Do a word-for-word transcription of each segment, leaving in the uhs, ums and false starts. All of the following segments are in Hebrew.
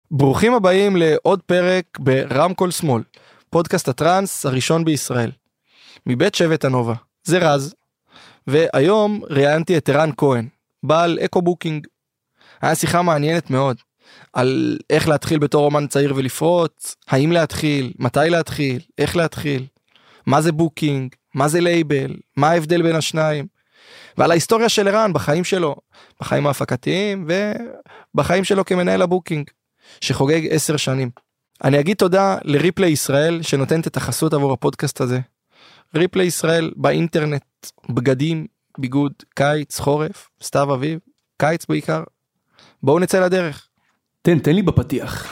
ברוכים הבאים לעוד פרק ברמקול שמאל, פודקאסט הטרנס הראשון בישראל. מבית שבט הנובה, זה רז. והיום ראיינתי את ערן כהן, בעל אקו בוקינג. היה שיחה מעניינת מאוד, על איך להתחיל בתור אומן צעיר ולפרוץ, האם להתחיל, מתי להתחיל, איך להתחיל, מה זה בוקינג, מה זה לייבל, מה ההבדל בין השניים, ועל ההיסטוריה של ערן בחיים שלו, בחיים ההפקתיים ובחיים שלו כמנהל הבוקינג, שחוגג עשר שנים. אני אגיד תודה לריפלי ישראל שנותנת את החסות עבור הפודקאסט הזה. ריפלי ישראל באינטרנט, בגדים, ביגוד, קיץ, חורף, סתיו אביב, קיץ בעיקר. בואו נצא לדרך. תן, תן לי בפתיח.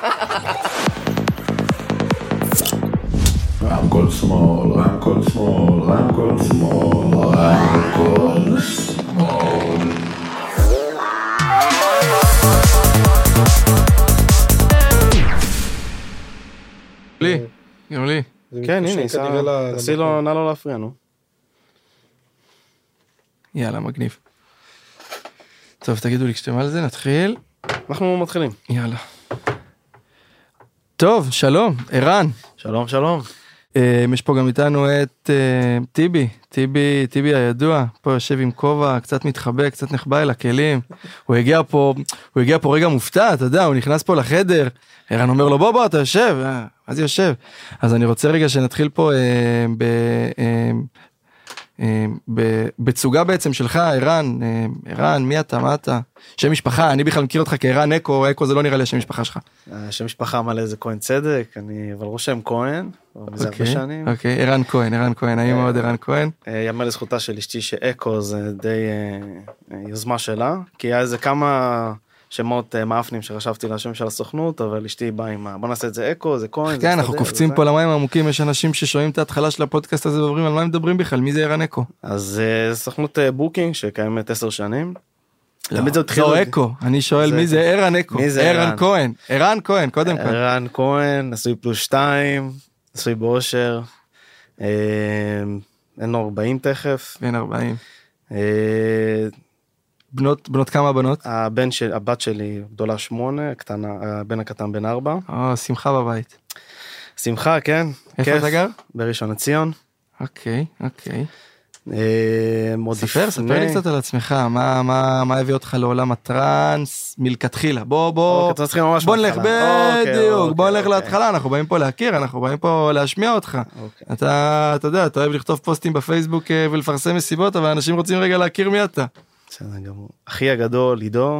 רמקול שמאל, רמקול שמאל, רמקול שמאל, רמקול שמאל. לי, גם לי. כן, הנה, עשי לו, נא לא להפריע, נו. יאללה, מגניב. טוב, תגידו לי כשאתם על זה, נתחיל. אנחנו מתחילים. יאללה. טוב, שלום, ערן. שלום, שלום. יש פה גם איתנו את טיבי, טיבי, טיבי הידוע, פה יושב עם כובע, קצת מתחבא, קצת נחבא אל הכלים. הוא הגיע פה, הוא הגיע פה רגע מופתע, אתה יודע, הוא נכנס פה לחדר, ערן אומר לו, בוא בוא, אתה יושב, אז יושב. אז אני רוצה רגע שנתחיל פה ב... בצוגה בעצם שלך, ערן, ערן, מי אתה, מה אתה? שם משפחה, אני בכלל מכיר אותך כערן אקו, אקו זה לא נראה לי השם משפחה שלך. שם משפחה מלא זה כהן צדק, אני אבל רושם כהן, מזה הרבה שנים. אוקיי, ערן כהן, ערן כהן, נעים מאוד ערן כהן. יאמר לזכותה של אשתי שאקו זה די יוזמה שלה, כי היה איזה כמה שמות מאפנים שחשבתי לשם של הסוכנות, אבל אשתי באה עם, בוא נעשה את זה אקו, זה כהן. כן, אנחנו קופצים פה למים עמוקים, יש אנשים ששומעים את ההתחלה של הפודקאסט הזה ואומרים על מה הם מדברים בכלל, מי זה ערן אקו? אז סוכנות בוקינג שקיימת עשר שנים. לא אקו, אני שואל מי זה ערן אקו? ערן כהן, ערן כהן, קודם כל. ערן כהן, נשוי פלוס שתיים, נשוי באושר, אין לו ארבעים תכף. בן ארבעים. בנות, בנות כמה בנות? הבן של, הבת שלי גדולה שמונה, הקטנה, הבן הקטן בן ארבע. או, שמחה בבית. שמחה, כן. איפה אתה גר? בראשון לציון. אוקיי, אוקיי. מאוד ספר, ספר לי קצת על עצמך, מה, מה, מה הביא אותך לעולם הטרנס מלכתחילה? בוא, בוא, בוא נלך בדיוק, בוא נלך להתחלה, אנחנו באים פה להכיר, אנחנו באים פה להשמיע אותך. אתה, אתה יודע, אתה אוהב לכתוב פוסטים בפייסבוק ולפרסם מסיבות, אבל אנשים רוצים רגע להכיר מי אתה. אחי הגדול, עידו,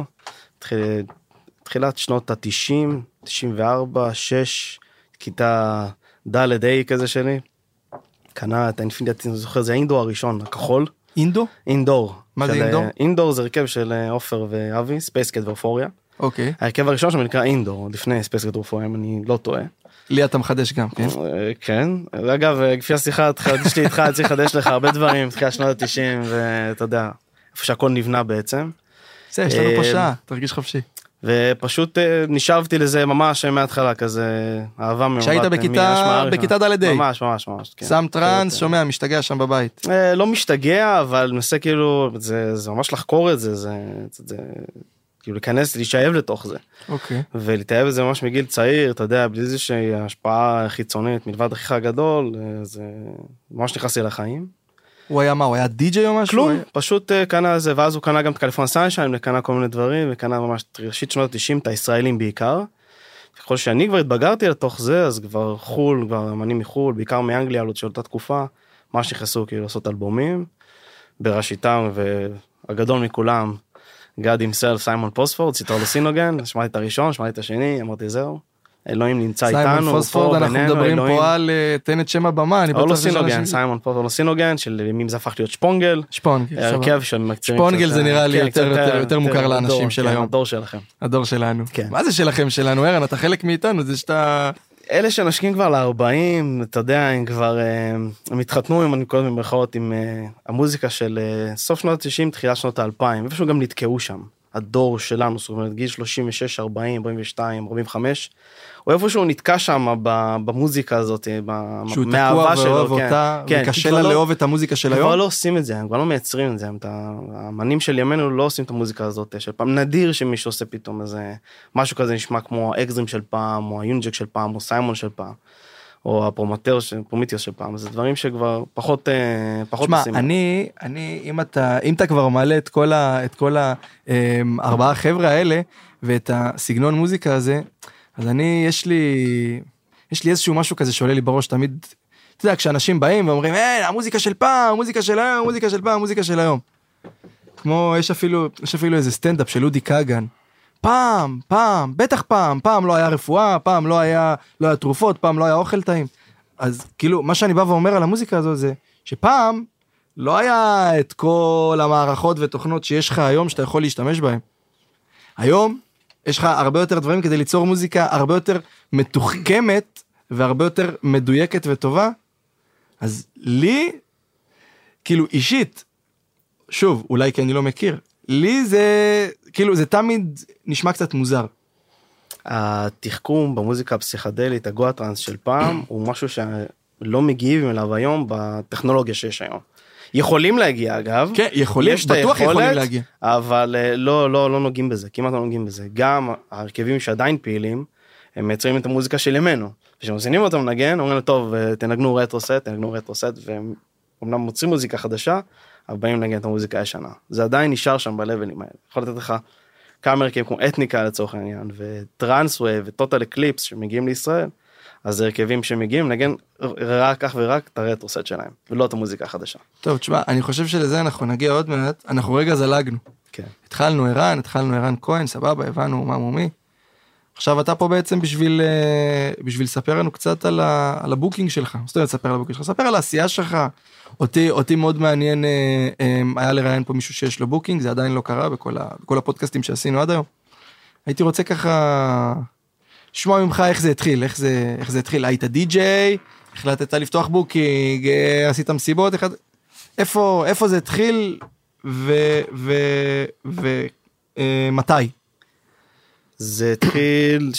תחילת שנות ה-תשעים, תשעים וארבע, שש, כיתה ד' A כזה שלי, קנה את האינפיניטי, אני זוכר, זה האינדור הראשון, הכחול. אינדו? אינדור. מה זה אינדור? אינדור זה הרכב של אופר ואבי, ספייסקט ואופוריה. אוקיי. ההרכב הראשון שם נקרא אינדור, לפני ספייסקט ואופוריה, אם אני לא טועה. לי אתה מחדש גם, כן? כן. אגב, לפי השיחה, יש לי איתך, צריך לחדש לך הרבה דברים, תחילה שנות ה-תשעים, ואתה יודע, איפה שהכל נבנה בעצם. זה, יש לנו פה שעה, תרגיש חופשי. ופשוט נשאבתי לזה ממש מההתחלה, כזה אהבה ממבט. שהיית בכיתה ד' A. ממש, ממש, ממש. שם טרנס, שומע, משתגע שם בבית. לא משתגע, אבל מנסה כאילו, זה ממש לחקור את זה, זה כאילו להיכנס, להישאב לתוך זה. אוקיי. ולהתאהב את זה ממש מגיל צעיר, אתה יודע, בלי איזושהי השפעה חיצונית, מלבד אחיך הגדול, זה ממש נכנסי לחיים. הוא היה מה? הוא היה די-ג'יי או משהו? כלום, פשוט קנה זה, ואז הוא קנה גם את קליפורניה סנשיין, וקנה כל מיני דברים, וקנה ממש ראשית שנות ה-תשעים, את הישראלים בעיקר. ככל שאני כבר התבגרתי לתוך זה, אז כבר חול, כבר אמנים מחול, בעיקר מאנגליה, של אותה תקופה, ממש נכנסו כאילו לעשות אלבומים, בראשיתם, והגדול מכולם, גד אימסלף, סיימון פוספורד, סיטר לוסינוגן, שמעתי את הראשון, שמעתי את השני, אמרתי זהו. אלוהים נמצא איתנו. סיימון פוספורד, אנחנו מדברים פה על תן את שם הבמה. אולוסינוגן, סיימון פוספורד, אולוסינוגן, של ימים זה הפך להיות שפונגל. שפונגל. הרכב שמקצירים. שפונגל זה נראה לי יותר מוכר לאנשים של היום. הדור שלכם. הדור שלנו. מה זה שלכם שלנו, ערן? אתה חלק מאיתנו, זה שאתה... אלה שנשקים כבר ל-ארבעים, אתה יודע, הם כבר, הם התחתנו, אם אני קודם במרכאות, עם המוזיקה של סוף שנות ה-תשעים, תחילת שנות ה-אלפיים, איפשהו גם נתקעו שם. הדור שלנו, זאת אומרת, גיל שלושים ושש, ארבעים, ארבעים ושתיים, ארבעים וחמש, הוא איפשהו נתקע שם במוזיקה הזאת, שהוא תקוע ואוהב אותה, וקשה לה לאהוב את המוזיקה של היום. כבר לא עושים את זה, הם כבר לא מייצרים את זה, האמנים של ימינו לא עושים את המוזיקה הזאת של פעם, נדיר שמישהו עושה פתאום איזה, משהו כזה נשמע כמו האקזרים של פעם, או היונג'ק של פעם, או סיימון של פעם, או הפרומטר, פרומיתיוס של פעם, זה דברים שכבר פחות, פחות עושים. שמע, אני, אני, אם אתה, אם אתה כבר מעלה את כל ה, את כל הארבעה חבר'ה האלה, ואת הסגנון מוזיקה הזה, אז אני, יש לי, יש לי איזשהו משהו כזה שעולה לי בראש, תמיד, אתה יודע, כשאנשים באים ואומרים, אה, המוזיקה של פעם, המוזיקה של היום, המוזיקה של פעם, המוזיקה של היום. כמו, יש אפילו, יש אפילו איזה סטנדאפ של אודי קאגן. פעם, פעם, בטח פעם, פעם לא היה רפואה, פעם לא היה, לא היה תרופות, פעם לא היה אוכל טעים. אז כאילו, מה שאני בא ואומר על המוזיקה הזו זה, שפעם לא היה את כל המערכות ותוכנות שיש לך היום שאתה יכול להשתמש בהם. היום, יש לך הרבה יותר דברים כדי ליצור מוזיקה הרבה יותר מתוחכמת והרבה יותר מדויקת וטובה. אז לי, כאילו אישית, שוב, אולי כי אני לא מכיר, לי זה, כאילו זה תמיד נשמע קצת מוזר. התחכום במוזיקה הפסיכדלית, הגואטרנס של פעם, הוא משהו שלא מגיעים אליו היום בטכנולוגיה שיש היום. יכולים להגיע אגב, כן, יכולים, בטוח יכולים להגיע, אבל לא, לא, לא נוגעים בזה, כמעט לא נוגעים בזה. גם הרכבים שעדיין פעילים, הם מייצרים את המוזיקה של ימינו, כשמזינים אותם לנגן, אומרים לו, טוב, תנגנו רטרוסט, תנגנו רטרוסט, והם אומנם מוצאים מוזיקה חדשה, אבל באים לנגן את המוזיקה הישנה. זה עדיין נשאר שם בלבלים האלה. יכול לתת לך כמה הרכבים כמו אתניקה לצורך העניין, וטרנסווייב וטוטל אקליפס שמגיעים לישראל, אז זה הרכבים שמגיעים לנגן רק כך ורק את הרטרוסט שלהם, ולא את המוזיקה החדשה. טוב, תשמע, אני חושב שלזה אנחנו נגיע עוד מעט, אנחנו רגע זלגנו. כן. התחלנו ערן, התחלנו ערן כהן, סבבה, הבנו מה מומי. עכשיו אתה פה בעצם בשביל, בשביל לספר לנו קצת על, ה, על הבוקינג שלך. זאת אומרת, ספר על הבוקינג שלך, ספר על העשייה שלך. אותי, אותי מאוד מעניין, היה לראיין פה מישהו שיש לו בוקינג, זה עדיין לא קרה בכל, ה, בכל הפודקאסטים שעשינו עד היום. הייתי רוצה ככה, לשמוע ממך איך זה התחיל, איך זה, איך זה התחיל. היית די-ג'יי, החלטת לפתוח בוקינג, עשית מסיבות, אחד, איפה, איפה זה התחיל ו, ו, ו, ו, מתי? זה התחיל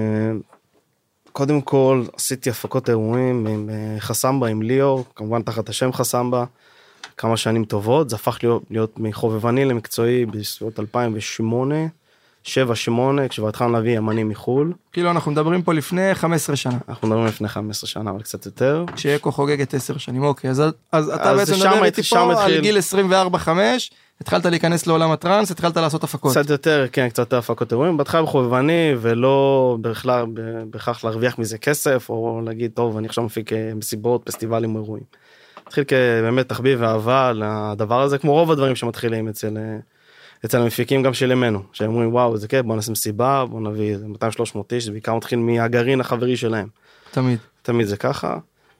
שקודם כל עשיתי הפקות אירועים עם חסמבה, עם ליאור, כמובן תחת השם חסמבה, כמה שנים טובות, זה הפך להיות, להיות מחובבני למקצועי בסביבות אלפיים ושמונה, שבע שמונה, כשכבר התחלנו להביא אמנים מחול. כאילו אנחנו מדברים פה לפני חמש עשרה שנה. אנחנו מדברים לפני חמש עשרה שנה, אבל קצת יותר. כשאקו חוגגת עשר שנים, אוקיי, אז, אז אתה בעצם מדבר איתי פה התחיל... על גיל עשרים וארבע חמש, התחלת להיכנס לעולם הטרנס, התחלת לעשות הפקות. קצת יותר, כן, קצת יותר הפקות אירועים, בהתחלה בחובבני, ולא בכלל, בכך להרוויח מזה כסף, או להגיד, טוב, אני עכשיו מפיק מסיבות, פסטיבלים, אירועים. התחיל כבאמת תחביב ואהבה לדבר הזה, כמו רוב הדברים שמתחילים אצל, אצל המפיקים גם של ימינו, שהם אומרים, וואו, זה כיף, בוא נעשה מסיבה, בוא נביא מאתיים שלוש מאות איש, זה בעיקר מתחיל מהגרעין החברי שלהם. תמיד. תמיד זה ככה.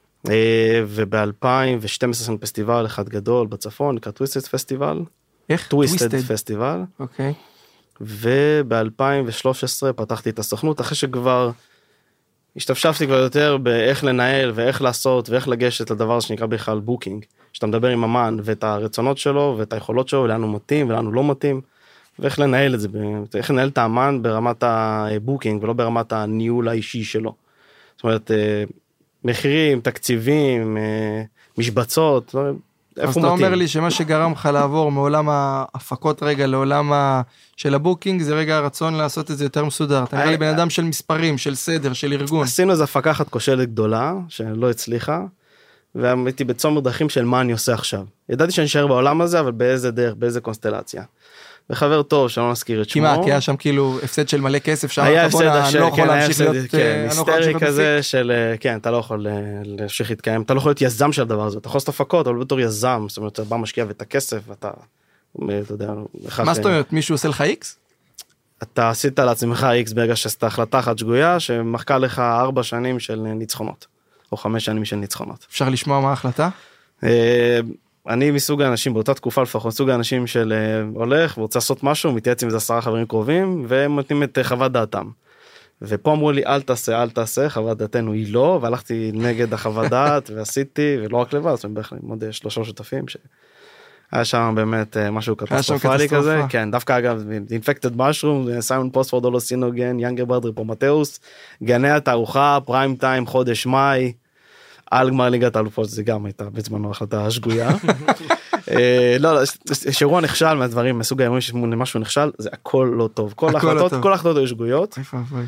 וב-אלפיים ושתים עשרה עשינו פסטיבל אחד גדול בצפון, נקרא טוויסטד פסטיבל. איך? טוויסטד פסטיבל. אוקיי. וב-אלפיים ושלוש עשרה פתחתי את הסוכנות, אחרי שכבר השתפשפתי כבר יותר באיך לנהל ואיך לעשות ואיך לגשת לדבר שנקרא בכלל בוקינג, שאתה מדבר עם אמן ואת הרצונות שלו ואת היכולות שלו, לאן הוא מתאים ולאן הוא לא מתאים, ואיך לנהל את זה, איך לנהל את האמן ברמת הבוקינג ולא ברמת הניהול האישי שלו. זאת אומרת, מחירים, תקציבים, משבצות, איפה אז אתה אומר לי שמה שגרם לך לעבור מעולם ההפקות רגע לעולם של הבוקינג, זה רגע הרצון לעשות את זה יותר מסודר. אתה נראה לי בן אדם של מספרים, של סדר, של ארגון. עשינו איזו הפקה אחת כושלת גדולה, שלא הצליחה, והייתי בצומר דרכים של מה אני עושה עכשיו. ידעתי שאני אשאר בעולם הזה, אבל באיזה דרך, באיזה קונסטלציה. וחבר טוב, שלא נזכיר את שמו. כמעט, כי היה שם כאילו הפסד של מלא כסף, שאמרת בוא, אני לא יכול להמשיך להיות... כן, היסטרי כזה של, כן, אתה לא יכול להמשיך להתקיים, אתה לא יכול להיות יזם של הדבר הזה, אתה יכול לעשות הפקות, אבל בתור יזם, זאת אומרת, אתה בא משקיע ואת הכסף, ואתה, אתה יודע... מה זאת אומרת, מישהו עושה לך איקס? אתה עשית לעצמך איקס ברגע שעשית החלטה אחת שגויה, שמחכה לך ארבע שנים של ניצחונות, או חמש שנים של ניצחונות. אפשר לשמוע מה ההחלטה? אני מסוג האנשים, באותה תקופה לפחות, מסוג האנשים של הולך ורוצה לעשות משהו, מתייעץ עם זה עשרה חברים קרובים, והם נותנים את חוות דעתם. ופה אמרו לי, אל תעשה, אל תעשה, חוות דעתנו היא לא, והלכתי נגד החוות דעת, ועשיתי, ולא רק לבד, זאת אומרת, בערך עוד שלושה שותפים, היה שם באמת משהו קטסטרופלי כזה, כן, דווקא אגב, Infected Mushroom, סיימון פוספורד הולוסינוגן, יאנגר ברדר פרומטאוס, גני התערוכה, פריים טיים, חודש מאי, על גמר ליגת האלופות, זה גם הייתה בזמנו החלטה שגויה. לא, שאירוע נכשל מהדברים, מסוג האירועים שמשהו נכשל, זה הכל לא טוב, כל ההחלטות היו שגויות.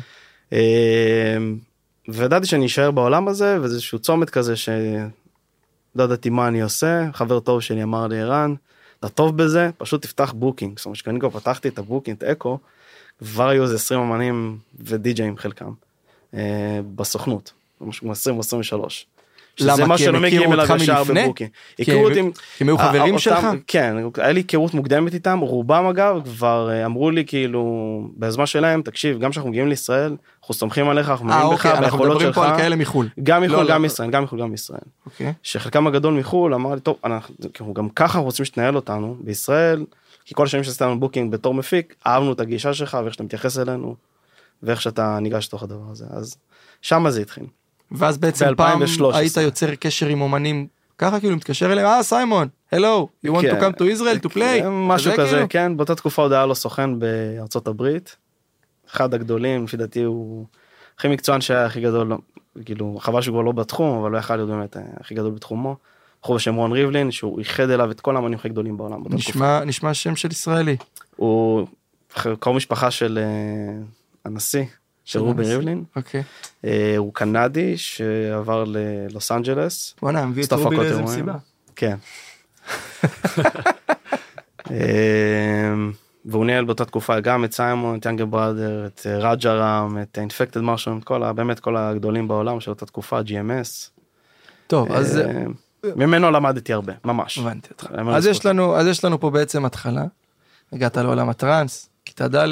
וידעתי שאני אשאר בעולם הזה, וזה איזשהו צומת כזה ש... לא ידעתי מה אני עושה, חבר טוב שלי אמר לי, ערן, אתה טוב בזה, פשוט תפתח בוקינג, זאת אומרת שכאני כבר פתחתי את הבוקינג, את אקו, כבר היו איזה עשרים אמנים ודי-ג'אים חלקם, בסוכנות, משהו כמו עשרים או עשרים ושלוש. למה? כי הם הכירו אותך מלפני? כי הם היו חברים שלך? כן, היה לי היכרות מוקדמת איתם, רובם אגב כבר אמרו לי כאילו, בזמן שלהם, תקשיב, גם שאנחנו מגיעים לישראל, אנחנו סומכים עליך, אנחנו מגיעים בך, אנחנו מדברים פה על כאלה מחול. גם מחול, גם מישראל, גם מחול, גם מישראל. שחלקם הגדול מחול אמר לי, טוב, אנחנו גם ככה רוצים שתנהל אותנו בישראל, כי כל השנים שעשינו לנו בוקינג בתור מפיק, אהבנו את הגישה שלך, ואיך שאתה מתייחס אלינו, ואיך שאתה ניגש לתוך הדבר הזה. אז שם זה התחיל. ואז בעצם פעם היית יוצר קשר עם אומנים, ככה כאילו מתקשר אליהם, אה סיימון, hello, you want to come to Israel to play? משהו כזה, כן, באותה תקופה עוד היה לו סוכן בארצות הברית, אחד הגדולים, לפי דעתי הוא הכי מקצוען שהיה הכי גדול, כאילו חבל שהוא כבר לא בתחום, אבל הוא יכל להיות באמת הכי גדול בתחומו, בחור בשם רון ריבלין, שהוא ייחד אליו את כל האמנים הכי גדולים בעולם. נשמע שם של ישראלי. הוא קרוב משפחה של הנשיא, של רובי ריבלין. אוקיי. הוא קנדי שעבר ללוס אנג'לס. בוא'נה, מביא את רובי לאיזה מסיבה. כן. והוא ניהל באותה תקופה גם את סיימון, את יאנגר בראדר, את רג'רם, את Infected Mushroom, באמת כל הגדולים בעולם של אותה תקופה, ג'י אם אס. טוב, אז... ממנו למדתי הרבה, ממש. הבנתי אותך. אז יש לנו, אז יש לנו פה בעצם התחלה. הגעת לעולם הטרנס, כיתה ד',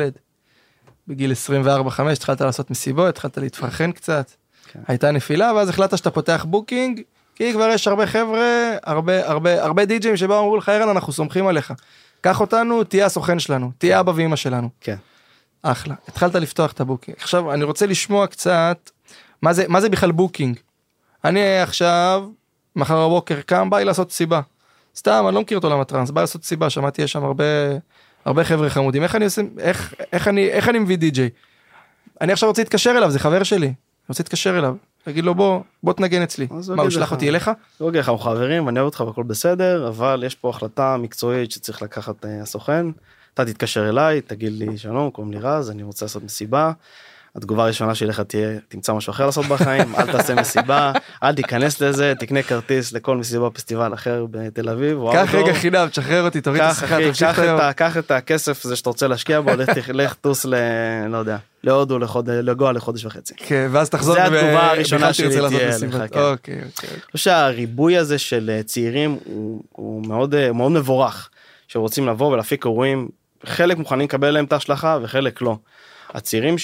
בגיל עשרים וארבע חמש, התחלת לעשות מסיבות, התחלת להתפרחן קצת, הייתה נפילה, ואז החלטת שאתה פותח בוקינג, כי כבר יש הרבה חבר'ה, הרבה, הרבה, הרבה די-ג'ים שבאו אמרו לך, ערן, אנחנו סומכים עליך. קח אותנו, תהיה הסוכן שלנו, תהיה אבא ואמא שלנו. כן. אחלה. התחלת לפתוח את הבוקינג. עכשיו, אני רוצה לשמוע קצת, מה זה, מה זה בכלל בוקינג? אני עכשיו, מחר בבוקר קם, בא לי לעשות סיבה. סתם, אני לא מכיר את עולם הטרנס, בא לעשות סיבה, שמעתי, יש שם הרבה, הרבה חבר'ה חמודים. איך אני עושה, איך, איך אני, איך אני מביא די-ג'יי? אני עכשיו רוצה להתקשר אליו, זה חבר שלי. אני רוצה להתקשר אליו. תגיד לו, בוא, בוא תנגן אצלי. מה, הוא שלח אותי אליך? לא אגיד לך, אנחנו חברים, אני אוהב אותך והכל בסדר, אבל יש פה החלטה מקצועית שצריך לקחת הסוכן. אתה תתקשר אליי, תגיד לי, שלום, קוראים לי רז, אני רוצה לעשות מסיבה. התגובה הראשונה שלך תהיה, תמצא משהו אחר לעשות בחיים, אל תעשה מסיבה, אל תיכנס לזה, תקנה כרטיס לכל מסיבה פסטיבל אחר בתל אביב. קח רגע חינם, תשחרר אותי, תוריד את השיחה, תמשיך את היום. קח את הכסף הזה שאתה רוצה להשקיע בו, לך טוס ל... לא יודע, להודו, לגוע לחודש וחצי. כן, ואז תחזור... זה התגובה הראשונה שלי תהיה לך. אוקיי, אוקיי. אני חושב שהריבוי הזה של צעירים הוא מאוד מבורך, שרוצים לבוא ולהפיק אירועים, חלק מוכנים לקבל להם את ההשלכה וחלק לא. הצעירים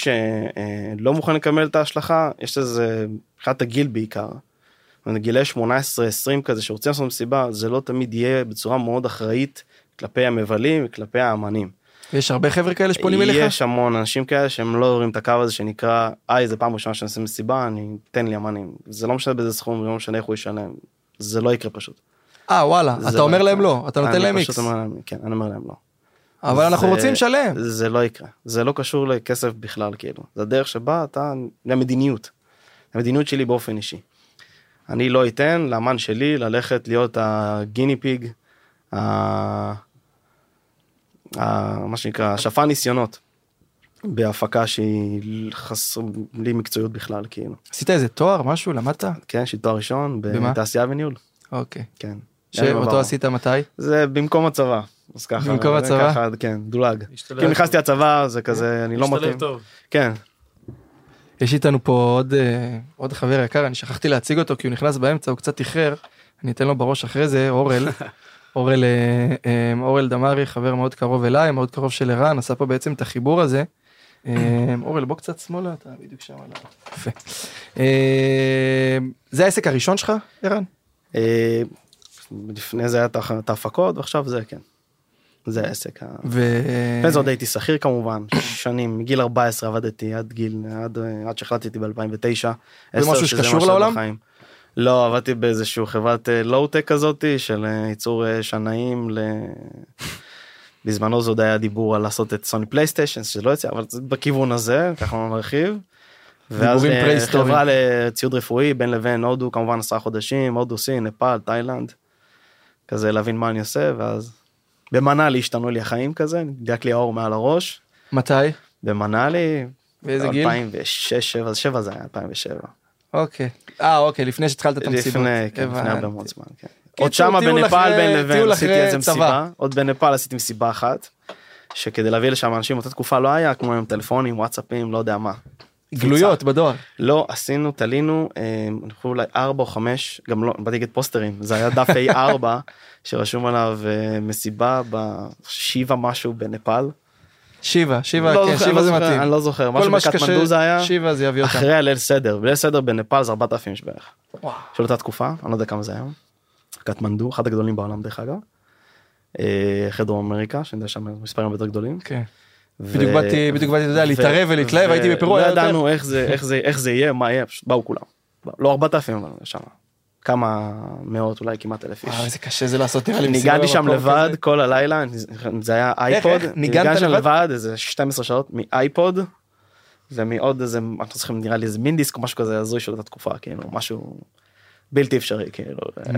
שלא מוכנים לקבל את ההשלכה, יש איזה, מבחינת הגיל בעיקר, גילי שמונה עשרה עשרים כזה, שרוצים לעשות מסיבה, זה לא תמיד יהיה בצורה מאוד אחראית, כלפי המבלים וכלפי האמנים. יש הרבה חבר'ה כאלה שפונים אליך? יש המון אנשים כאלה שהם לא רואים את הקו הזה שנקרא, איי, זה פעם ראשונה שאני עושה מסיבה, אני תן לי אמנים. זה לא משנה באיזה סכום, זה לא משנה איך הוא ישלם. זה לא יקרה פשוט. אה, וואלה, אתה אומר להם לא, אתה נותן להם איקס. כן, אני אומר להם לא. אבל אנחנו רוצים לשלם. זה לא יקרה. זה לא קשור לכסף בכלל, כאילו. זה הדרך שבה אתה, למדיניות. המדיניות שלי באופן אישי. אני לא אתן לאמן שלי ללכת להיות הגיני פיג, מה שנקרא, שפע ניסיונות, בהפקה שהיא חסר לי מקצועיות בכלל, כאילו. עשית איזה תואר, משהו, למדת? כן, יש לי תואר ראשון, בתעשייה וניהול. אוקיי. כן. שאותו עשית מתי? זה במקום הצבא. אז ככה, במקום הצבא? ככה, כן, דולג. כי נכנסתי הצבא, זה כזה, אני לא מתאים. כן. יש איתנו פה עוד, עוד חבר יקר, אני שכחתי להציג אותו, כי הוא נכנס באמצע, הוא קצת איחר, אני אתן לו בראש אחרי זה, אורל, אורל, אורל דמרי, חבר מאוד קרוב אליי, מאוד קרוב של ערן, עשה פה בעצם את החיבור הזה. אורל, בוא קצת שמאלה, אתה בדיוק שם עליו. יפה. זה העסק הראשון שלך, ערן? לפני זה היה את ההפקות, ועכשיו זה, כן. זה העסק. וזה עוד הייתי שכיר כמובן, שנים, מגיל ארבע עשרה עבדתי עד גיל, עד שהחלטתי ב-אלפיים ותשע. זה משהו שקשור לעולם? לא, עבדתי באיזשהו חברת לואו-טק כזאת, של ייצור שנאים, בזמנו זה עוד היה דיבור על לעשות את סוני פלייסטיישן, שלא יצא, אבל בכיוון הזה, ככה לא נרחיב. ואז חברה לציוד רפואי, בין לבין הודו, כמובן עשרה חודשים, הודו, סין, נפאל, תאילנד, כזה להבין מה אני עושה, ואז במנאלי השתנו לי החיים כזה, נדלק לי האור מעל הראש. מתי? במנאלי, באיזה גיל? אלפיים ושש, שבע, שבע זה היה, אלפיים ושבע. אוקיי. אה, אוקיי, לפני שהתחלת את המסיבות. לפני, כן, לפני הרבה מאוד זמן, כן. עוד שמה בנפאל בין לבין עשיתי איזה מסיבה, עוד בנפאל עשיתי מסיבה אחת, שכדי להביא לשם אנשים אותה תקופה לא היה, כמו עם טלפונים, וואטסאפים, לא יודע מה. גלויות בדואר. לא, עשינו, תלינו, אני חושב אולי ארבע או חמש, גם לא, באתי את פוסטרים, זה היה דף איי ארבע, שרשום עליו מסיבה בשיבה משהו בנפאל. שיבה, שיבה, כן, שיבה זה מתאים. אני לא זוכר, משהו בקטמנדו זה היה, שיבה זה יביא אותם. אחרי הליל סדר, ליל סדר בנפאל זה ארבעת אלפים בערך. של אותה תקופה, אני לא יודע כמה זה היה. קטמנדו, אחד הגדולים בעולם דרך אגב. אחרי דרום אמריקה, שאני יודע שם מספרים יותר גדולים. כן. בדיוק באתי, בדיוק באתי, אתה יודע, להתערב ולהתלהב, הייתי בפרו. לא ידענו איך זה, איך זה, איך זה יהיה, מה יהיה, באו כולם. לא ארבעת אלפים, אבל שם. כמה מאות, אולי כמעט אלף איש. וואו, איזה קשה זה לעשות, נראה לי. ניגנתי שם לבד כל הלילה, זה היה אייפוד. ניגנתי שם לבד, איזה שתים עשרה שעות, מאייפוד, ומעוד איזה, אני צריכים, נראה לי איזה מינדיסק, או משהו כזה, הזוי של אותה תקופה, כאילו, משהו בלתי אפשרי, כאילו.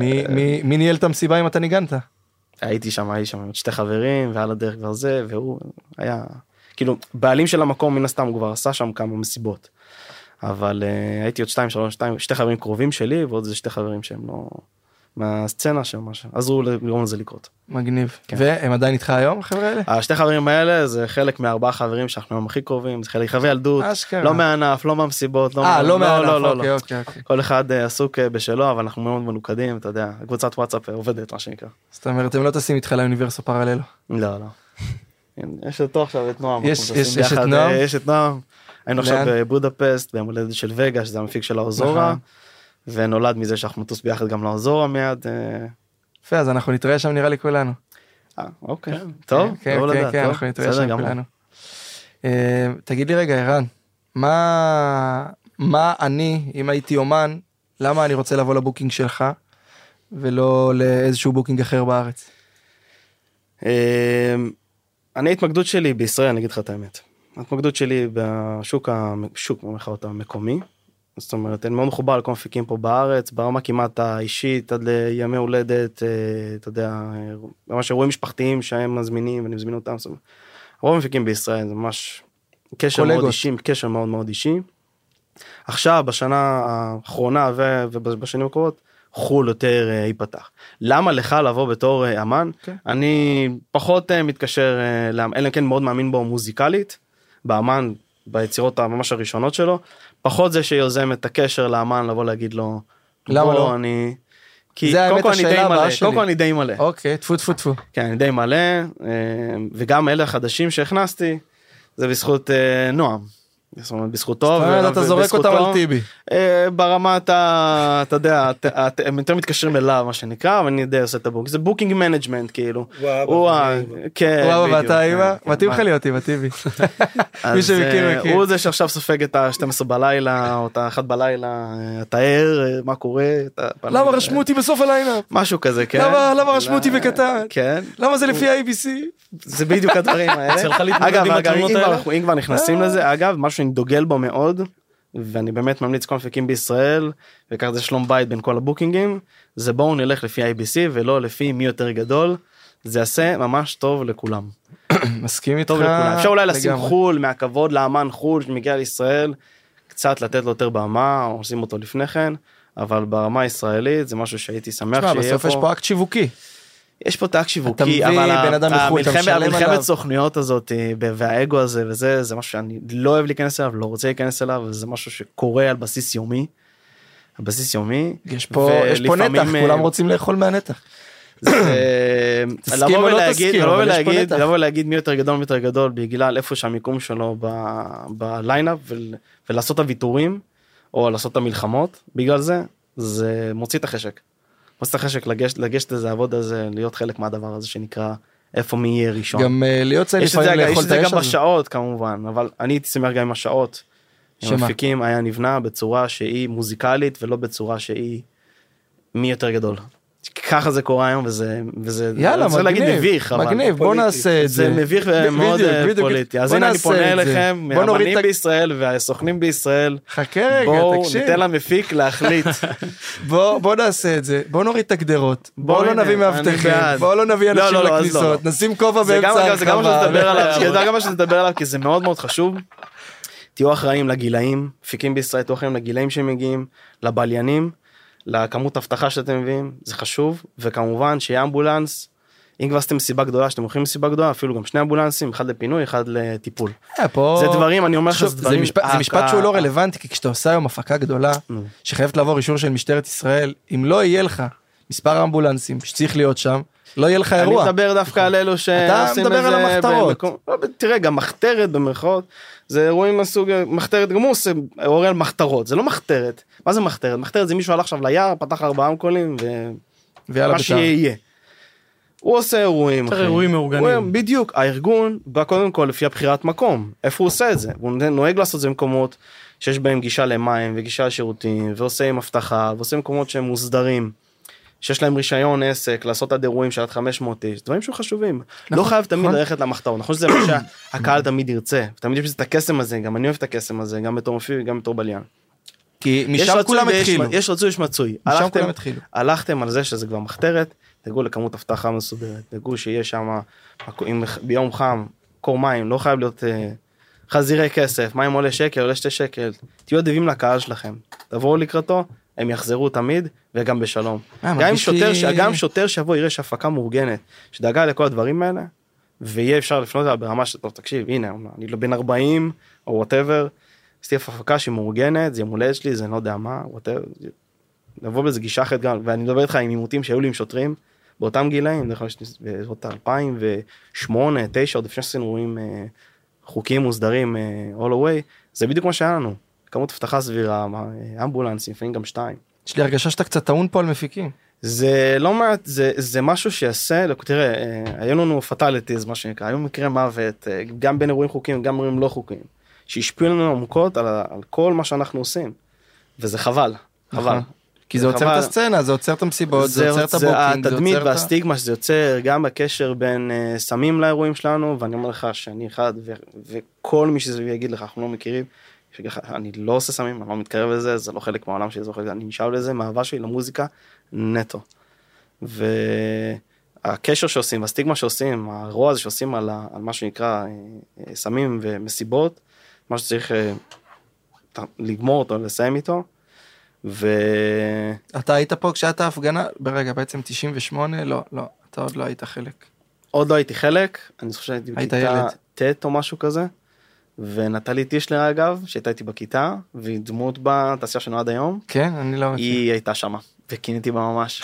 מי ניהל את המסיבה אם אתה ניגנת? הייתי שם, הייתי שם עם שתי חברים, ועל הדרך כבר זה, והוא היה, כאילו, בעלים של המקום, מן הסתם, הוא כבר עשה שם כמה מסיבות. אבל uh, הייתי עוד שתיים, שלוש, שתיים, שתי חברים קרובים שלי, ועוד זה שתי חברים שהם לא, מהסצנה שם, עזרו לגרום לזה לקרות. מגניב. כן. והם עדיין איתך היום, החבר'ה האלה? השתי חברים האלה, זה חלק מארבעה חברים שאנחנו הם הכי קרובים, זה חלק חווי ילדות, לא מהענף, לא מהמסיבות, לא, לא מהענף, לא, לא, לא. אוקיי, אוקיי. כל אחד uh, עסוק uh, בשלו, אבל אנחנו מאוד מנוקדים, אתה יודע, קבוצת וואטסאפ עובדת, מה שנקרא. זאת אומרת, הם לא טסים איתך לאוניברסו פרללו? לא, לא. יש אותו עכשיו את נועם. יש, יש, יש את נועם? יש את נועם. היינו עכשיו בבודפסט, ביום הולדת של וגה, שזה המפיק של האוזורה, ונולד מזה שאנחנו מטוס ביחד גם לאוזורה מיד. יפה, אז אנחנו נתראה שם נראה לי כולנו. אה, אוקיי, טוב, כן, כן, כן, אנחנו נתראה שם כולנו. תגיד לי רגע, ערן, מה אני, אם הייתי אומן, למה אני רוצה לבוא לבוקינג שלך, ולא לאיזשהו בוקינג אחר בארץ? אני ההתמקדות שלי בישראל, אני אגיד לך את האמת. ההתמקדות שלי בשוק, השוק במחאות המקומי, זאת אומרת, אני מאוד מחובר לכל מפיקים פה בארץ, ברמה כמעט האישית, עד לימי הולדת, אתה יודע, ממש אירועים משפחתיים שהם מזמינים, ואני מזמין אותם, רוב המפיקים בישראל, זה ממש קשר מאוד אישי, קשר מאוד מאוד אישי. עכשיו, בשנה האחרונה ובשנים הקרובות, חול יותר ייפתח. למה לך לבוא בתור אמן? אני פחות מתקשר, אלא כן מאוד מאמין בו מוזיקלית, באמן, ביצירות הממש הראשונות שלו, פחות זה שיוזם את הקשר לאמן, לבוא להגיד לו, למה לא? אני... כי קודם כל אני די מלא, קודם כל אני די מלא. אוקיי, תפו תפו תפו. כן, אני די מלא, וגם אלה החדשים שהכנסתי, זה בזכות נועם. זאת אומרת, בזכותו. זאת אומרת, אתה זורק אותם על טיבי. ברמה אתה, אתה יודע, הם יותר מתקשרים אליו, מה שנקרא, אבל אני די עושה את הבוקינג. זה בוקינג מנג'מנט, כאילו. וואו, ואתה אימא, מתאים לך להיות אימא, טיבי. מי שמכיר, מכיר. הוא זה שעכשיו סופג את ה-שתים עשרה בלילה, או את ה-אחת בלילה, אתה ער, מה קורה. למה רשמו אותי בסוף הלילה? משהו כזה, כן. למה רשמו אותי בקטן? כן. למה זה לפי איי בי סי? זה בדיוק הדברים האלה. אגב, אם כבר נכנסים לזה, אגב, משהו שאני דוגל בו מאוד, ואני באמת ממליץ כל מפיקים בישראל, וכך זה שלום בית בין כל הבוקינגים, זה בואו נלך לפי איי בי סי, ולא לפי מי יותר גדול, זה יעשה ממש טוב לכולם. מסכים איתך. אפשר אולי לשים חול, מהכבוד לאמן חול, שמגיע לישראל, קצת לתת לו יותר במה, או עושים אותו לפני כן, אבל ברמה הישראלית, זה משהו שהייתי שמח שיהיה פה. בסוף יש פה אקט שיווקי. יש פה טאק שיווקי, אבל המלחמת סוכנויות הזאת, והאגו הזה וזה, זה משהו שאני לא אוהב להיכנס אליו, לא רוצה להיכנס אליו, וזה משהו שקורה על בסיס יומי, על בסיס יומי. יש פה נתח, כולם רוצים לאכול מהנתח. לבוא ולהגיד, לבוא ולהגיד מי יותר גדול, מי יותר גדול, בגלל איפה שהמיקום שלו בליינאפ, ולעשות את הוויתורים, או לעשות את המלחמות, בגלל זה, זה מוציא את החשק. מוציא את החשק לגשת לזה, לעבוד על זה, להיות חלק מהדבר הזה שנקרא, איפה מי יהיה ראשון. גם להיות צריך לפעמים לאכול את האש הזה. יש את זה גם בשעות כמובן, אבל אני הייתי שמח גם עם השעות. המפיקים היה נבנה בצורה שהיא מוזיקלית, ולא בצורה שהיא מי יותר גדול. ככה זה קורה היום, וזה, וזה, יאללה, זה להגיד מביך, אבל מגניב, בוא נעשה את זה. זה מביך ומאוד פוליטי. אז הנה אני פונה אליכם, מהאמנים בישראל והסוכנים בישראל, חכה רגע, בואו תקשיב. ניתן למפיק להחליט. בוא נעשה את זה, בוא נוריד את הגדרות, בוא לא נביא מאבטחים, בוא לא נביא אנשים לכניסות, נשים כובע באמצע הרחבה. זה גם מה שזה לדבר עליו, כי זה מאוד מאוד חשוב. תהיו אחראים לגילאים, מפיקים בישראל, תהיו אחראים לגילאים שהם מגיעים, לבליינים, לכמות הבטחה שאתם מביאים, זה חשוב, וכמובן שיהיה אמבולנס, אם כבר עשיתם מסיבה גדולה, שאתם הולכים מסיבה גדולה, אפילו גם שני אמבולנסים, אחד לפינוי, אחד לטיפול. זה דברים, אני אומר לך, זה דברים... זה משפט שהוא לא רלוונטי, כי כשאתה עושה היום הפקה גדולה, שחייבת לעבור אישור של משטרת ישראל, אם לא יהיה לך מספר אמבולנסים שצריך להיות שם, לא יהיה לך אירוע. אני מדבר דווקא על אלו שעושים את זה... אתה מדבר על המחתרות. תראה, גם מחתרת במרכאות, זה אירועים מסוג מחתרת, גם הוא עושה אירועי על מחתרות, זה לא מחתרת. מה זה מחתרת? מחתרת זה מישהו הלך עכשיו ליער, פתח ארבעה אמקולים, ומה שיהיה. הוא עושה אירועים. צריך אירועים מאורגנים. בדיוק, הארגון בא קודם כל לפי הבחירת מקום. איפה הוא עושה את זה? הוא נוהג לעשות את זה במקומות שיש בהם גישה למים וגישה לשירותים, ועושה עם הבטחה, ועושה מקומות שהם מוסדרים. שיש להם רישיון עסק, לעשות עד אירועים של עד חמש מאות איש, דברים שהוא חשובים. לא חייב תמיד ללכת למחתרות, נכון שזה מה שהקהל תמיד ירצה, תמיד יש את הקסם הזה, גם אני אוהב את הקסם הזה, גם בתור מפיק וגם בתור בליין. כי משם כולם התחילו. יש רצוי, יש מצוי. משם כולם התחילו. הלכתם על זה שזה כבר מחתרת, תגעו לכמות הבטחה מסודרת, תגעו שיש שם, ביום חם, קור מים, לא חייב להיות חזירי כסף, מים עולה שקל, עולה שתי שקל, תהיו אדיבים לקהל שלכם, תבואו לקראתו, הם יחזרו תמיד, וגם בשלום. גם שוטר, גם שוטר שיבוא יראה שהפקה מאורגנת, שדאגה לכל הדברים האלה, ויהיה אפשר לפנות עליו ברמה של, טוב, תקשיב, הנה, אני לא בין ארבעים, או whatever, עשיתי הפקה שהיא מאורגנת, זה יום הולדת שלי, זה לא יודע מה, whatever, לבוא בזה גישה אחרת גם, ואני מדבר איתך עם עימותים שהיו לי עם שוטרים, באותם גילאים, באותה אלפיים ושמונה, תשע, עוד לפני שעשינו רואים חוקים מוסדרים, all away, זה בדיוק מה שהיה לנו. כמות הבטחה סבירה, אמבולנס, לפעמים גם שתיים. יש לי הרגשה שאתה קצת טעון פה על מפיקים. זה לא מעט, זה, זה משהו שיעשה, תראה, היו לנו פטליטיז, מה שנקרא, היו מקרי מוות, גם בין אירועים חוקיים, גם אירועים לא חוקיים, שהשפיעו לנו עמוקות על, על כל מה שאנחנו עושים, וזה חבל, חבל. כי זה עוצר את הסצנה, זה עוצר את המסיבות, זה עוצר את הבוקינג, זה התדמית והסטיגמה שזה יוצר גם בקשר בין סמים לאירועים שלנו, ואני אומר לך שאני אחד, וכל מי שזה יגיד לך, אנחנו לא מכירים, אני לא עושה סמים, אני לא מתקרב לזה, זה לא חלק מהעולם שלי, אני נשאר לזה, מהאהבה שלי למוזיקה נטו. והקשר שעושים, הסטיגמה שעושים, הרוע הזה שעושים על, על מה שנקרא סמים ומסיבות, מה שצריך לגמור אותו, לסיים איתו, ו... אתה היית פה כשהייתה הפגנה, ברגע בעצם תשעים ושמונה, לא, לא, אתה עוד לא היית חלק. עוד לא הייתי חלק, אני חושב שהייתי בכיתה ט' או משהו כזה, ונטלי טישלר אגב, שהייתה איתי בכיתה, והיא דמות בתעשייה שלנו עד היום. כן, אני לא מכיר. היא הייתה שמה, וקיניתי בה ממש.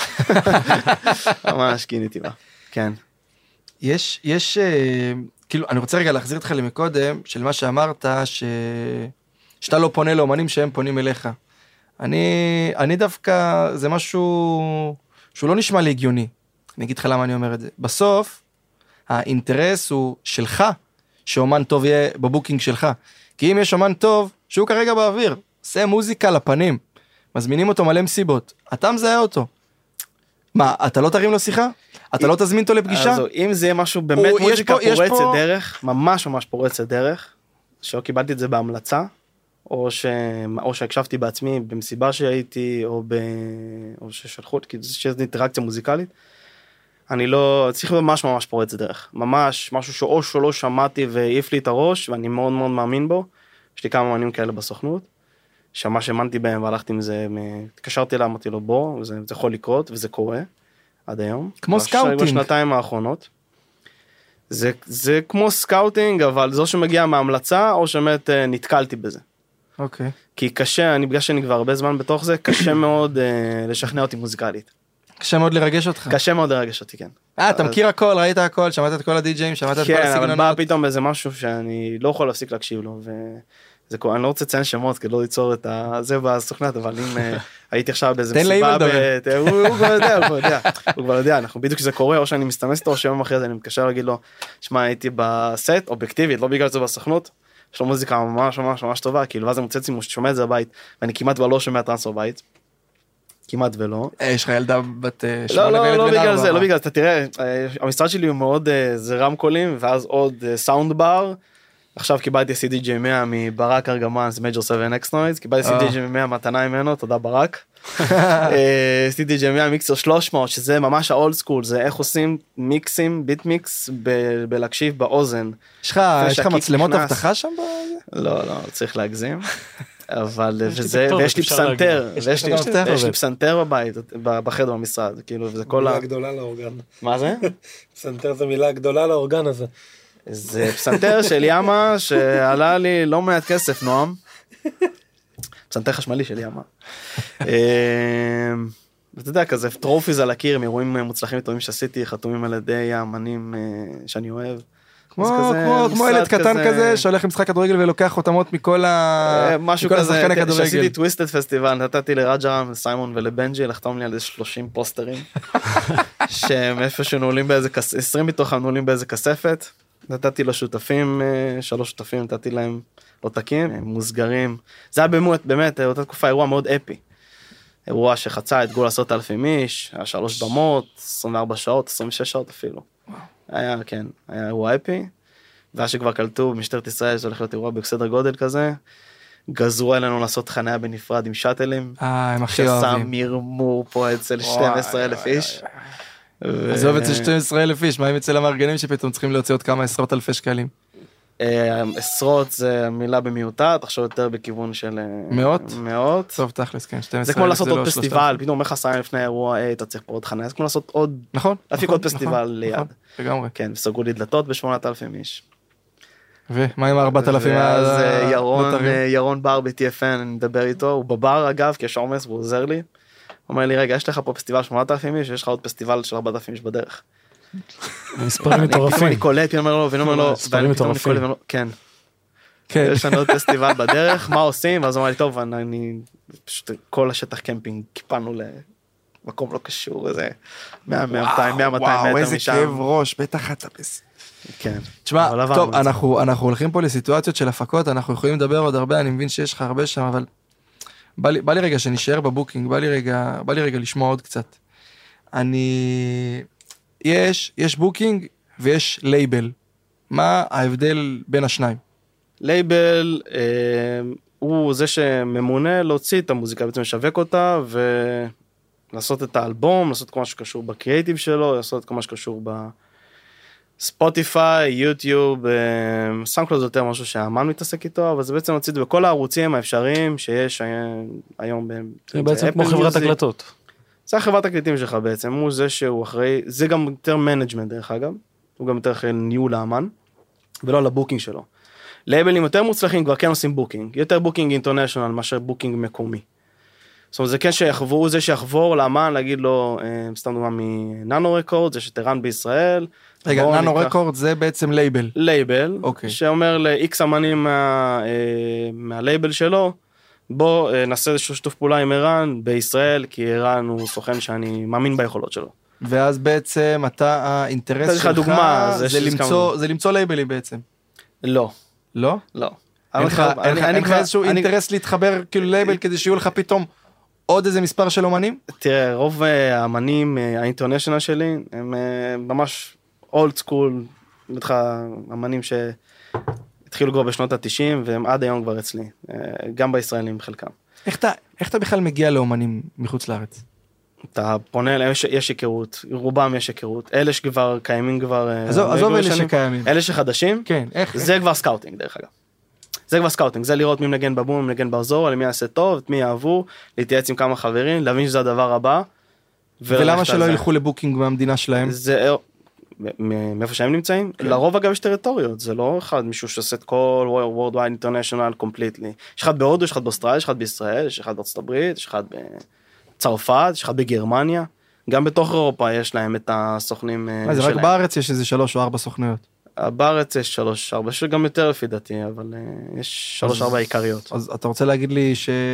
ממש קיניתי בה, כן. יש, יש, כאילו, אני רוצה רגע להחזיר אותך למקודם, של מה שאמרת, ש... שאתה לא פונה לאומנים שהם פונים אליך. אני, אני דווקא, זה משהו שהוא לא נשמע לי הגיוני. אני אגיד לך למה אני אומר את זה. בסוף, האינטרס הוא שלך, שאומן טוב יהיה בבוקינג שלך. כי אם יש אומן טוב, שהוא כרגע באוויר, עושה מוזיקה לפנים, מזמינים אותו מלא מסיבות, אתה מזהה אותו. מה, אתה לא תרים לו שיחה? אתה לא תזמין אותו לפגישה? אז אם זה יהיה משהו באמת מוזיקה פורצת דרך, ממש ממש פורצת דרך, שלא קיבלתי את זה בהמלצה, או, ש... או שהקשבתי בעצמי במסיבה שהייתי, או, ב... או ששלחו, כי זה שיש אינטראקציה מוזיקלית, אני לא, צריך ממש ממש פורץ דרך, ממש משהו שאו שלא שמעתי והעיף לי את הראש, ואני מאוד מאוד מאמין בו, יש לי כמה מאמנים כאלה בסוכנות, שממש האמנתי בהם והלכתי עם זה, התקשרתי לה, אמרתי לו בוא, זה, זה יכול לקרות, וזה קורה, עד היום. כמו סקאוטינג. בשנתיים האחרונות. זה, זה כמו סקאוטינג, אבל זו שמגיע מההמלצה, או שבאמת נתקלתי בזה. אוקיי. Okay. כי קשה, אני בגלל שאני כבר הרבה זמן בתוך זה, קשה מאוד uh, לשכנע אותי מוזיקלית. קשה מאוד לרגש אותך. קשה מאוד לרגש אותי, כן. אה, אתה מכיר הכל, ראית הכל, שמעת את כל הדי-ג'אים, שמעת את כל הסגנונות. כן, אבל בא פתאום איזה משהו שאני לא יכול להפסיק להקשיב לו, וזה קורה, אני לא רוצה לציין שמות, כדי לא ליצור את זה בסוכנת, אבל אם הייתי עכשיו באיזה מסיבה, הוא כבר יודע, הוא כבר יודע, הוא כבר יודע, אנחנו בדיוק כשזה קורה, או שאני מסתמס אותו, או שיום אחרי זה אני מתקשר להגיד לו, שמע, הייתי בסט, אובייקטיבית, לא בגלל זה בסוכנות, יש לו מוזיקה ממש ממש ממש טובה, כאילו, ואז אני מוצא עצמי ששומע את זה בבית, ואני כמעט כבר לא שומע טרנס בבית, כמעט ולא. יש לך ילדה בת לא, שמונה לא, וילד לא בן בגלל ארבע. זה, לא בגלל זה, אתה תראה, המשרד שלי הוא מאוד, זה רמקולים, ואז עוד סאונד בר, עכשיו קיבלתי סי די ג'יי מאה מברק ארגמן, זה מייג'ור סבן אקס נויז, קיבלתי סי די ג'יי מאה מתנה ממנו, תודה ברק. סי די ג'יי מאה מיקסר שלוש מאות, שזה ממש האולד סקול, זה איך עושים מיקסים, ביט מיקס, בלהקשיב באוזן. יש לך מצלמות אבטחה שם? לא, לא, צריך להגזים. אבל וזה, ויש לי פסנתר, ויש לי פסנתר בבית, בחדר במשרד, כאילו, וזה כל ה... מילה גדולה לאורגן. מה זה? פסנתר זה מילה גדולה לאורגן הזה. זה פסנתר של ימה, שעלה לי לא מעט כסף, נועם. פסנתר חשמלי של ימה. ואתה יודע, כזה טרופיז על הקיר, מאירועים מוצלחים וטובים שעשיתי, חתומים על ידי האמנים שאני אוהב. כמו ילד קטן כזה שהולך למשחק כדורגל ולוקח חותמות מכל השחקני כדורגל. שעשיתי טוויסטד פסטיבל, נתתי לרג'רם, סיימון ולבנג'י לחתום לי על איזה שלושים פוסטרים, שהם איפשהו נעולים באיזה, עשרים מתוכם נעולים באיזה כספת, נתתי לשותפים, שלוש שותפים, נתתי להם עותקים, מוסגרים. זה היה באמת, באמת, אותה תקופה אירוע מאוד אפי. אירוע שחצה את גול עשרות אלפים איש, היה שלוש במות, עשרים וארבע שעות, עשרים ושש שעות אפילו. היה, כן, היה אירוע אפי, ואז שכבר קלטו במשטרת ישראל, זה הולך להיות אירוע בסדר גודל כזה, גזרו אלינו לעשות חניה בנפרד עם שאטלים, אה, הם הכי אוהבים. ששם מרמור פה אצל שנים עשר אלף איש. עזוב אצל שנים עשר אלף איש, מה אם אצל המארגנים שפתאום צריכים להוציא עוד כמה עשרות אלפי שקלים? עשרות זה מילה במיעוטה, תחשוב יותר בכיוון של מאות? מאות. טוב, תכלס, כן, שתים עשרה אלף זה כמו לעשות עוד פסטיבל, פתאום אומר לך סיים לפני האירוע, היי, אתה צריך פה עוד חניה, זה כמו לעשות עוד, נכון, להפיק עוד פסטיבל ליד. לגמרי. כן, וסגרו לי דלתות ב-שמונת אלפים איש. ומה עם ארבעת אלפים? אז ירון בר ב-טי אף אן, אני מדבר איתו, הוא בבר אגב, כי יש עומס, והוא עוזר לי. הוא אומר לי, רגע, יש לך פה פסטיבל שמונת אלפים איש, יש לך עוד פסטיבל של ארבעת אלפים איש בדרך. מספרים מטורפים. אני קולט, אני אומר לו, ואני אומר לו, מספרים מטורפים. כן. כן. יש לנו עוד פסטיבל בדרך, מה עושים? ואז הוא אמר לי, טוב, אני, פשוט כל השטח קמפינג, קיפלנו למקום לא קשור, איזה מאה, מאתיים, מאה, מאתיים מטר משם. וואו, איזה כאב ראש, בטח אתה פס. כן. תשמע, טוב, אנחנו, אנחנו הולכים פה לסיטואציות של הפקות, אנחנו יכולים לדבר עוד הרבה, אני מבין שיש לך הרבה שם, אבל בא לי, בא לי רגע שנשאר בבוקינג, בא לי רגע, בא לי רגע לשמוע עוד קצת. אני, יש, יש בוקינג ויש לייבל. מה ההבדל בין השניים? לייבל אה, הוא זה שממונה להוציא את המוזיקה, בעצם לשווק אותה ולעשות את האלבום, לעשות כל מה שקשור בקריאיטיב שלו, לעשות כל מה שקשור בספוטיפיי, יוטיוב, אה, סאונדקלאוד זה יותר משהו שהאמן מתעסק איתו, אבל זה בעצם להוציא את זה בכל הערוצים האפשריים שיש היום. זה בעצם כמו חברת הקלטות. זה החברת הקליטים שלך בעצם, הוא זה שהוא אחראי, זה גם יותר מנג'מנט דרך אגב, הוא גם יותר אחראי ניהול האמן, ולא על הבוקינג שלו. לייבלים יותר מוצלחים כבר כן עושים בוקינג, יותר בוקינג אינטרנשיונל מאשר בוקינג מקומי. זאת אומרת, זה כן שיחבור, זה שיחבור לאמן, להגיד לו, סתם דוגמה מננו רקורד, זה שטרן בישראל. רגע, ננו רקורד זה בעצם לייבל. לייבל, שאומר ל-X אמנים מהלייבל שלו, בוא נעשה איזשהו שיתוף פעולה עם ערן בישראל, כי ערן הוא סוכן שאני מאמין ביכולות שלו. ואז בעצם אתה, האינטרס שלך, דוגמה, זה, זה, למצוא, זה למצוא לייבלים בעצם. לא. לא? לא. אין לך איזשהו אינטרס להתחבר כאילו לייבל, כדי שיהיו לך פתאום עוד איזה מספר של אומנים? תראה, רוב האמנים האינטרנשיונל שלי, הם ממש אולד סקול, בטח אמנים שהתחילו כבר בשנות ה-תשעים, והם עד היום כבר אצלי, גם בישראלים חלקם. איך אתה, איך אתה בכלל מגיע לאומנים מחוץ לארץ? אתה פונה אליהם, יש, יש היכרות, רובם יש היכרות, אלה שכבר קיימים כבר... עזוב, עזוב אלה שקיימים. אלה שחדשים, כן, איך? זה כבר סקאוטינג דרך אגב. זה כבר סקאוטינג, זה לראות מי מנגן בבום, מי מנגן באזור, למי יעשה טוב, את מי יאהבו, להתייעץ עם כמה חברים, להבין שזה הדבר הבא. ולמה שלא ילכו לבוקינג מהמדינה שלהם? זה, מאיפה שהם נמצאים? לרוב אגב יש טריטוריות, זה לא אחד, מישהו שעושה את כל Worldwide International completely. יש אחד בהודו, יש אחד באוסטרליה, יש אחד בישראל, יש אחד בארצות הברית, יש אחד בצרפת, יש אחד בגרמניה. גם בתוך אירופה יש להם את הסוכנים שלהם. זה רק בארץ יש איזה שלוש או ארבע סוכנויות. בארץ יש שלוש, ארבע, יש גם יותר לפי דעתי, אבל יש שלוש, ארבע עיקריות. אז אתה רוצה להגיד לי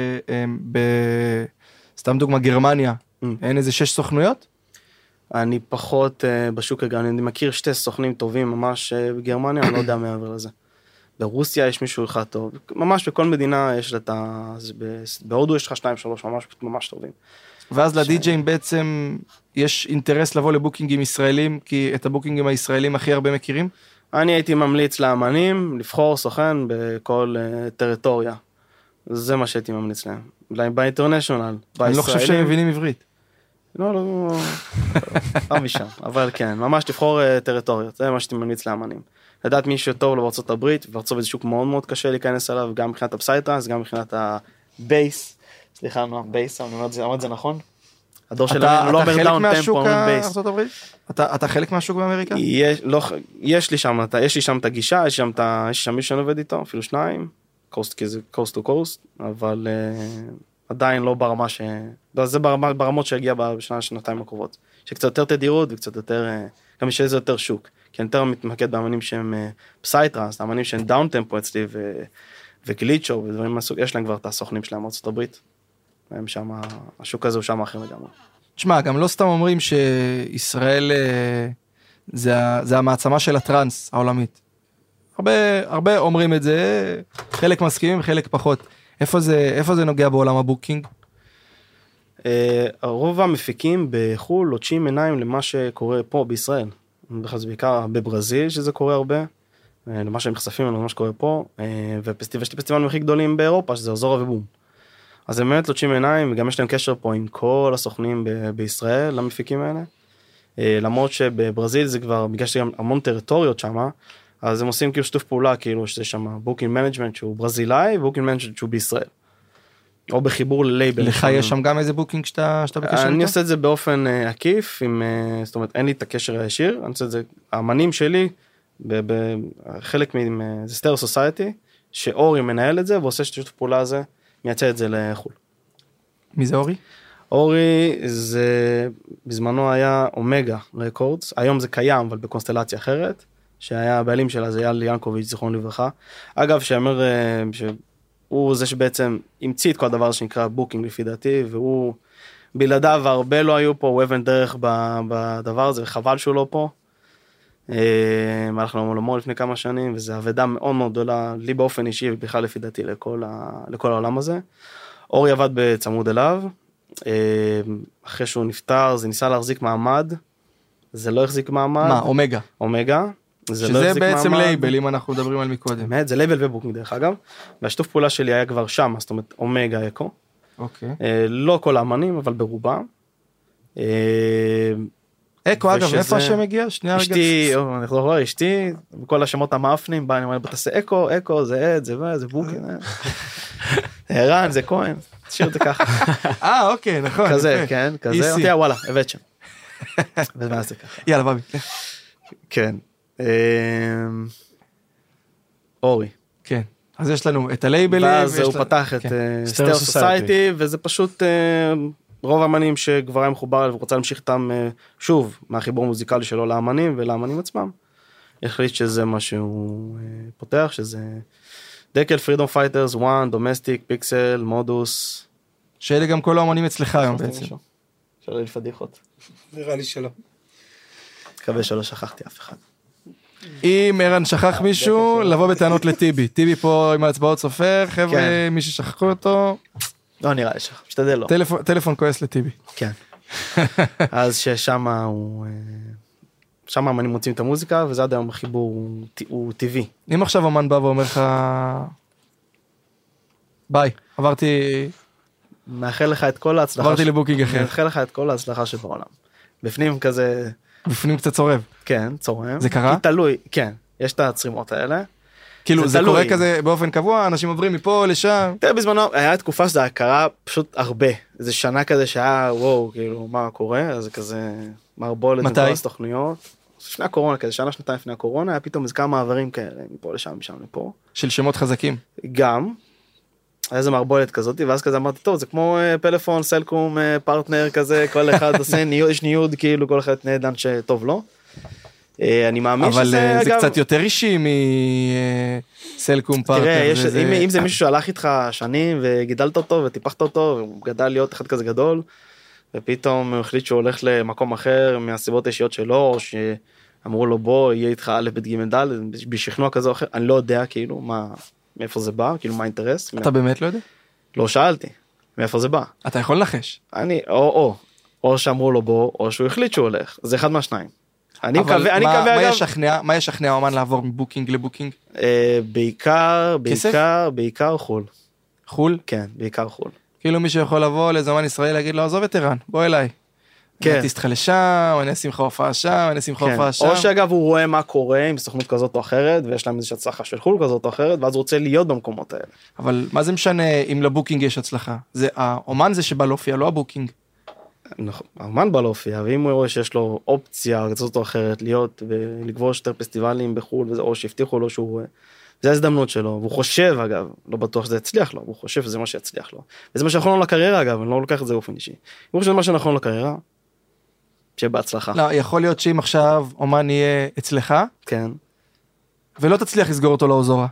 שבסתם דוגמה גרמניה, אין איזה שש סוכנויות? אני פחות בשוק הגרמני, אני מכיר שתי סוכנים טובים ממש בגרמניה, אני לא יודע מעבר לזה. ברוסיה יש מישהו אחד טוב, ממש בכל מדינה יש את ה... בהודו יש לך שניים, שלוש, ממש ממש טובים. ואז לדי-ג'אים בעצם יש אינטרס לבוא לבוקינגים ישראלים, כי את הבוקינגים הישראלים הכי הרבה מכירים? אני הייתי ממליץ לאמנים לבחור סוכן בכל uh, טריטוריה. זה מה שהייתי ממליץ להם. באינטרנשיונל, אני לא חושב שהם מבינים עברית. לא, לא, לא משם. אבל כן, ממש לבחור uh, טריטוריות. זה מה שהייתי ממליץ לאמנים. לדעת מי שטוב לו בארצות הברית, וארצות זה שוק מאוד מאוד קשה להיכנס אליו, גם מבחינת הפסייטרנס, גם מבחינת הבייס. סליחה, נו, בייס, אני אומר את זה נכון? הדור שלנו לא אומר דאון טמפו, אומר בייס. אתה חלק מהשוק באמריקה? יש לי שם, יש לי שם את הגישה, יש שם מי שאני עובד איתו, אפילו שניים, קוסט טו קוסט, אבל עדיין לא ברמה ש... זה ברמות שהגיע בשנה, שנתיים הקרובות. שקצת יותר תדירות וקצת יותר, גם יש איזה יותר שוק. כי אני יותר מתמקד באמנים שהם פסייטרנס, האמנים שהם דאון טמפו אצלי וגליצ'ו ודברים מהסוג, יש להם כבר את הסוכנים שלהם בארצות הברית. והם שם, השוק הזה הוא שם אחר לגמרי. תשמע, גם לא סתם אומרים שישראל זה, זה המעצמה של הטרנס העולמית. הרבה, הרבה אומרים את זה, חלק מסכימים, חלק פחות. איפה זה, איפה זה נוגע בעולם הבוקינג? הרוב המפיקים בחול לוטשים עיניים למה שקורה פה בישראל. זה בעיקר בברזיל שזה קורה הרבה, למה שהם נחשפים לנו, למה שקורה פה, ויש לי פסטיבלים הכי גדולים באירופה, שזה אזורה ובום. אז הם באמת לוטשים עיניים, וגם יש להם קשר פה עם כל הסוכנים ב- בישראל, למפיקים האלה. למרות שבברזיל זה כבר, בגלל שגם המון טריטוריות שם, אז הם עושים כאילו שיתוף פעולה, כאילו שזה שם בוקינג מנג'מנט שהוא ברזילאי, ובוקינג מנג'מנט שהוא בישראל. או בחיבור ללייבל. לך יש שם גם איזה בוקינג שאתה, שאתה בקשר איתו? אני עושה את זה באופן עקיף, עם, זאת אומרת, אין לי את הקשר הישיר, אני עושה את זה, האמנים שלי, בחלק מזה סטר סוסייטי, שאורי מנהל את זה, ועושה שיתוף פעולה הזה, מייצא את זה לחול. מי זה אורי? אורי זה, בזמנו היה אומגה רקורדס, היום זה קיים, אבל בקונסטלציה אחרת, שהיה הבעלים שלה, זה אייל ינקוביץ' זיכרון לברכה. אגב, שאמר, שהוא זה שבעצם המציא את כל הדבר שנקרא בוקינג לפי דעתי, והוא בלעדיו הרבה לא היו פה, הוא אבן דרך בדבר הזה, וחבל שהוא לא פה. הלכנו לעולמו לפני כמה שנים, וזו עבודה מאוד מאוד גדולה, לי באופן אישי, ובכלל לפי דעתי לכל, ה, לכל העולם הזה. אורי עבד בצמוד אליו, אחרי שהוא נפטר, זה ניסה להחזיק מעמד, זה לא החזיק מעמד. מה, אומגה? אומגה. שזה לא בעצם מעמד. לייבל, אם אנחנו מדברים על מקודם. באמת, זה לייבל ובוקינג דרך אגב, והשיתוף פעולה שלי היה כבר שם, זאת אומרת, אומגה אקו. אוקיי. לא כל האמנים, אבל ברובם. אקו, אגב, איפה השם מגיע? שנייה רגע. אשתי, אני לא רואה, אשתי, וכל השמות המאפנים, בא, אני אומר, תעשה אקו, אקו, זה עד, זה מה, זה בוקינג. ערן, זה כהן, תשאיר את זה ככה. אה, אוקיי, נכון. כזה, כן, כזה, אותי, וואלה, הבאת שם. ומה זה ככה. יאללה, בבי. כן. אורי. כן. אז יש לנו את הלייבלים. ואז הוא פתח את סטר סוסייטי, וזה פשוט רוב האמנים שכבר היה מחובר, ורוצה להמשיך איתם שוב, מהחיבור המוזיקלי שלו לאמנים ולאמנים עצמם. החליט שזה מה שהוא פותח, שזה דקל, פרידום פייטרס, וואן, דומסטיק, פיקסל, מודוס. שאלה גם כל האמנים אצלך היום בעצם. שלא לפדיחות. נראה לי שלא. מקווה שלא שכחתי אף אחד. אם ערן שכח מישהו, לבוא בטענות לטיבי. טיבי פה עם ההצבעות סופר, חבר'ה, מי ששכחו אותו. לא נראה לי שכח, משתדל לו. טלפון כועס לטיבי. כן. אז ששם הוא... שם אמנים מוצאים את המוזיקה, וזה עד היום החיבור הוא טבעי. אם עכשיו אמן בא ואומר לך... ביי, עברתי... מאחל לך את כל ההצלחה... עברתי לבוקינג אחר. מאחל לך את כל ההצלחה שבעולם. בפנים כזה... בפנים קצת צורב. כן, צורם. זה קרה? כי תלוי, כן. יש את הצרימות האלה. כאילו, זה קורה כזה באופן קבוע, אנשים עוברים מפה לשם. תראה, בזמנו, היה תקופה שזה קרה פשוט הרבה. זה שנה כזה שהיה, וואו, כאילו, מה קורה? אז זה כזה מערבולת עם כל הסוכנויות. לפני הקורונה, כזה שנה, שנתיים לפני הקורונה, היה פתאום איזה כמה מעברים כאלה, מפה לשם, משם לפה. של שמות חזקים. גם. היה איזה מערבולת כזאת, ואז כזה אמרתי, טוב, זה כמו פלאפון, סלקום, פרטנר כזה, כל אחד עושה ניוד, יש ניוד, כאילו, כל אחד נדן שטוב לו. אני מאמין שזה, אבל זה קצת יותר אישי מסלקום פרטנר. תראה, אם זה מישהו שהלך איתך שנים, וגידלת אותו, וטיפחת אותו, והוא גדל להיות אחד כזה גדול, ופתאום הוא החליט שהוא הולך למקום אחר, מהסיבות האישיות שלו, או שאמרו לו, בוא, יהיה איתך א' ב' ג' ד', בשכנוע כזה או אחר, אני לא יודע, כאילו, מה... מאיפה זה בא, כאילו מה האינטרס. אתה באמת לא יודע? לא שאלתי. מאיפה זה בא. אתה יכול לנחש. אני, או, או, או שאמרו לו בוא, או שהוא החליט שהוא הולך, זה אחד מהשניים. אני אבל מקווה, אני מה- מקווה מה אגב, ישכנע- מה ישכנע האומן לעבור מבוקינג לבוקינג? אה, בעיקר, כסף? בעיקר, בעיקר חול. חול? כן, בעיקר חול. כאילו מישהו יכול לבוא לאיזה אומן ישראלי להגיד לו, עזוב את ערן, בוא אליי. כן. אני אטיס אותך לשם, אני אשים לך הופעה שם, אני אשים לך כן. הופעה שם. או שאגב הוא רואה מה קורה עם סוכנות כזאת או אחרת, ויש להם איזושהי הצלחה של חול כזאת או אחרת, ואז הוא רוצה להיות במקומות האלה. אבל מה זה משנה אם לבוקינג יש הצלחה? זה האומן זה שבא להופיע, לא הבוקינג. נכון, האמן בא להופיע, ואם הוא רואה שיש לו אופציה כזאת או אחרת להיות ולגבוש יותר פסטיבלים בחול, וזה, או שהבטיחו לו שהוא, זה ההזדמנות שלו, והוא חושב אגב, לא בטוח שזה יצליח לו, והוא חושב שזה מה שיצליח לו, וזה מה שנכון לו לקריירה אגב, אני לא לוקח את זה באופן אישי, הוא חושב שזה מה שנכון לו לקריירה, שיהיה בהצלחה. לא, יכול להיות שאם עכשיו אומן יהיה אצלך, כן. ולא תצליח לסגור אותו לאוזורה.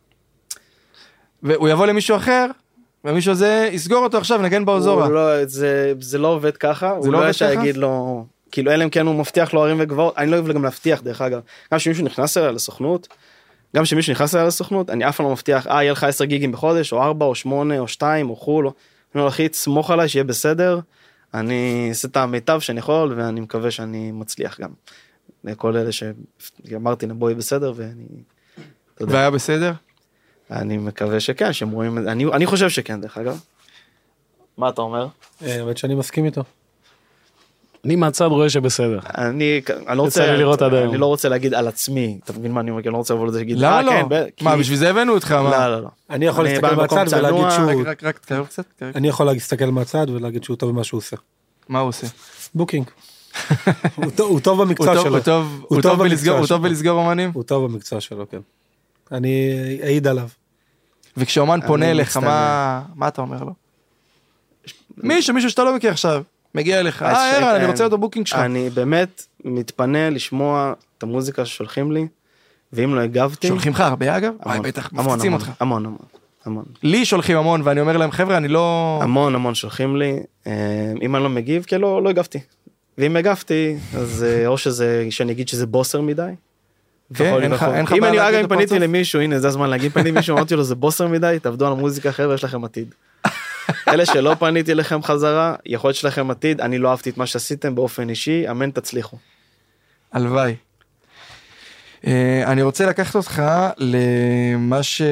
והוא יבוא למישהו אחר, ומישהו הזה יסגור אותו עכשיו, נגן באוזורה. הוא לא, זה, זה לא עובד ככה, הוא לא לא עובד יש להגיד ככה? לו, כאילו אלא אם כן הוא מבטיח לו ערים וגבעות, אני לא אוהב גם להבטיח דרך אגב, גם שמישהו נכנס אליה לסוכנות, גם שמישהו נכנס אליה לסוכנות, אני אף פעם לא מבטיח, אה, יהיה לך עשר גיגים בחודש, או ארבע, או שמונה, או שתיים, או חול, או... אני אומר, אחי, סמוך עליי, שיהיה בסדר, אני אעשה את המיטב שאני יכול, ואני מקווה שאני מצליח גם. לכל אלה שאמרתי להם, בוא יהיה בסדר, ואני... אתה יודע, והיה בסדר? אני מקווה שכן, שהם רואים, אני, אני חושב שכן, דרך אגב. מה אתה אומר? האמת שאני מסכים איתו. אני מהצד רואה שבסדר. אני, אני לא יצא לי רוצה, לראות עד היום. אני לא רוצה להגיד על עצמי, אתה מבין מה אני אומר, כי אני לא רוצה לבוא לזה, להגיד, למה "אה, לא? כן, ב- כי-" מה, בשביל זה הבאנו אותך, מה? לא, לא, לא. אני יכול אני להסתכל בא ממקום מהצד ולהגיד צנוע, שהוא, רק, רק, רק, תקרב קצת, תקרב. אני יכול להסתכל מהצד ולהגיד שהוא טוב במה שהוא עושה. מה הוא עושה? בוקינג. הוא טוב- הוא טוב הוא במקצוע טוב- שלו. הוא טוב- הוא הוא טוב טוב בלסגור- במקצוע הוא טוב שלו. בלסגור אומנים? הוא טוב במקצוע שלו, כן. אני אעיד עליו. וכשאומן פונה אליך, מצטער. מה מה אתה אומר לו? מישהו, מישהו שאתה לא מכיר עכשיו, מגיע אליך, אז אה, ש- ערן, אני כן. רוצה אותו בוקינג שלך. אני באמת מתפנה לשמוע את המוזיקה ששולחים לי, ואם לא הגבתי, שולחים לך הרבה אגב? וואי, המון, בטח, המון, מפציצים המון, אותך. המון, המון, המון. לי שולחים המון, ואני אומר להם, חבר'ה, אני לא... המון המון שולחים לי, אה, אם אני לא מגיב, כי לא, לא הגבתי. ואם הגבתי, אז אה, או שזה, שאני אגיד שזה בוסר מדי. כן, יכול אין לך- להיות. אין לך אם בעיה אני, להגיד אגב, אם פניתי בפרצוף? למישהו, הנה זה הזמן להגיד, פניתי למישהו, אמרתי לו זה בוסר מדי, תעבדו על המוזיקה, חבר'ה, יש לכם עתיד. אלה שלא פניתי לכם חזרה, יכול להיות שלכם עתיד, אני לא אהבתי את מה שעשיתם באופן אישי, אמן תצליחו. הלוואי. אה, אני רוצה לקחת אותך למה ש...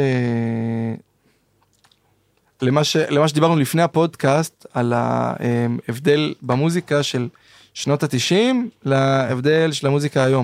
למה ש... למה שדיברנו לפני הפודקאסט, על ההבדל במוזיקה של שנות התשעים, להבדל של המוזיקה היום.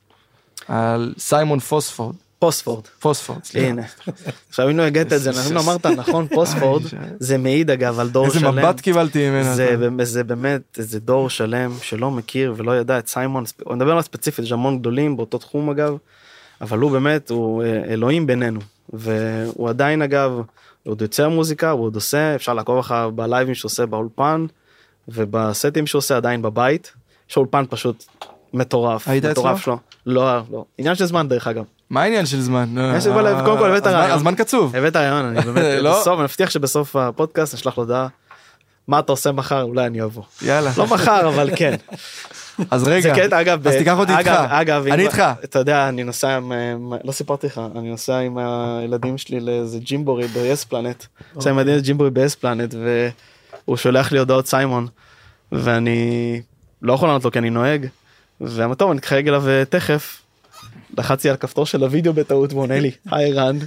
על סיימון פוספורד. פוספורד. פוספורד, סליחה. הנה. עכשיו אם לא הגעת את זה, אם אמרת נכון, פוספורד, זה מעיד אגב על דור איזה שלם. מבט קיבלתי ממנה. זה, זה באמת, זה דור שלם שלא מכיר ולא ידע את סיימון, הוא מדבר על ספציפית, יש המון גדולים באותו תחום אגב, אבל הוא באמת, הוא אלוהים בינינו, והוא עדיין אגב, הוא עוד יוצר מוזיקה, הוא עוד עושה, אפשר לעקוב אחר בלייבים שעושה באולפן, ובסטים שעושה עדיין בבית, יש אולפן פשוט מטורף, היית מטורף אצלו? שלו, לא, לא, עניין של זמן דרך אגב, מה העניין של זמן? יש לי בעיה, קודם כל, הבאת הזמן- רעיון. הזמן קצוב. הבאת רעיון, אני באמת, לא. בסוף, אני מבטיח שבסוף הפודקאסט נשלח לו הודעה, מה אתה עושה מחר, אולי אני אבוא. יאללה. לא מחר, אבל כן. אז זה רגע, קטע, אגב, אז ב- תיקח אותי איתך. אגב, אגב, אני אם- איתך. אתה יודע, אני נוסע עם, אה, לא סיפרתי לך, אני נוסע עם הילדים שלי לאיזה ג'ימבורי ב-יס פלנט, נוסע עם הילדים ג'ימבורי ב-יס פלנט, והוא שולח לי הודעות סיימון, ואני לא יכול לענות לו כי אני נוהג, ואמרתי, טוב, אני אתחייג אליו אה, תכף, לחצתי על כפתור של הוידאו בטעות, והוא עונה לי, היי רן,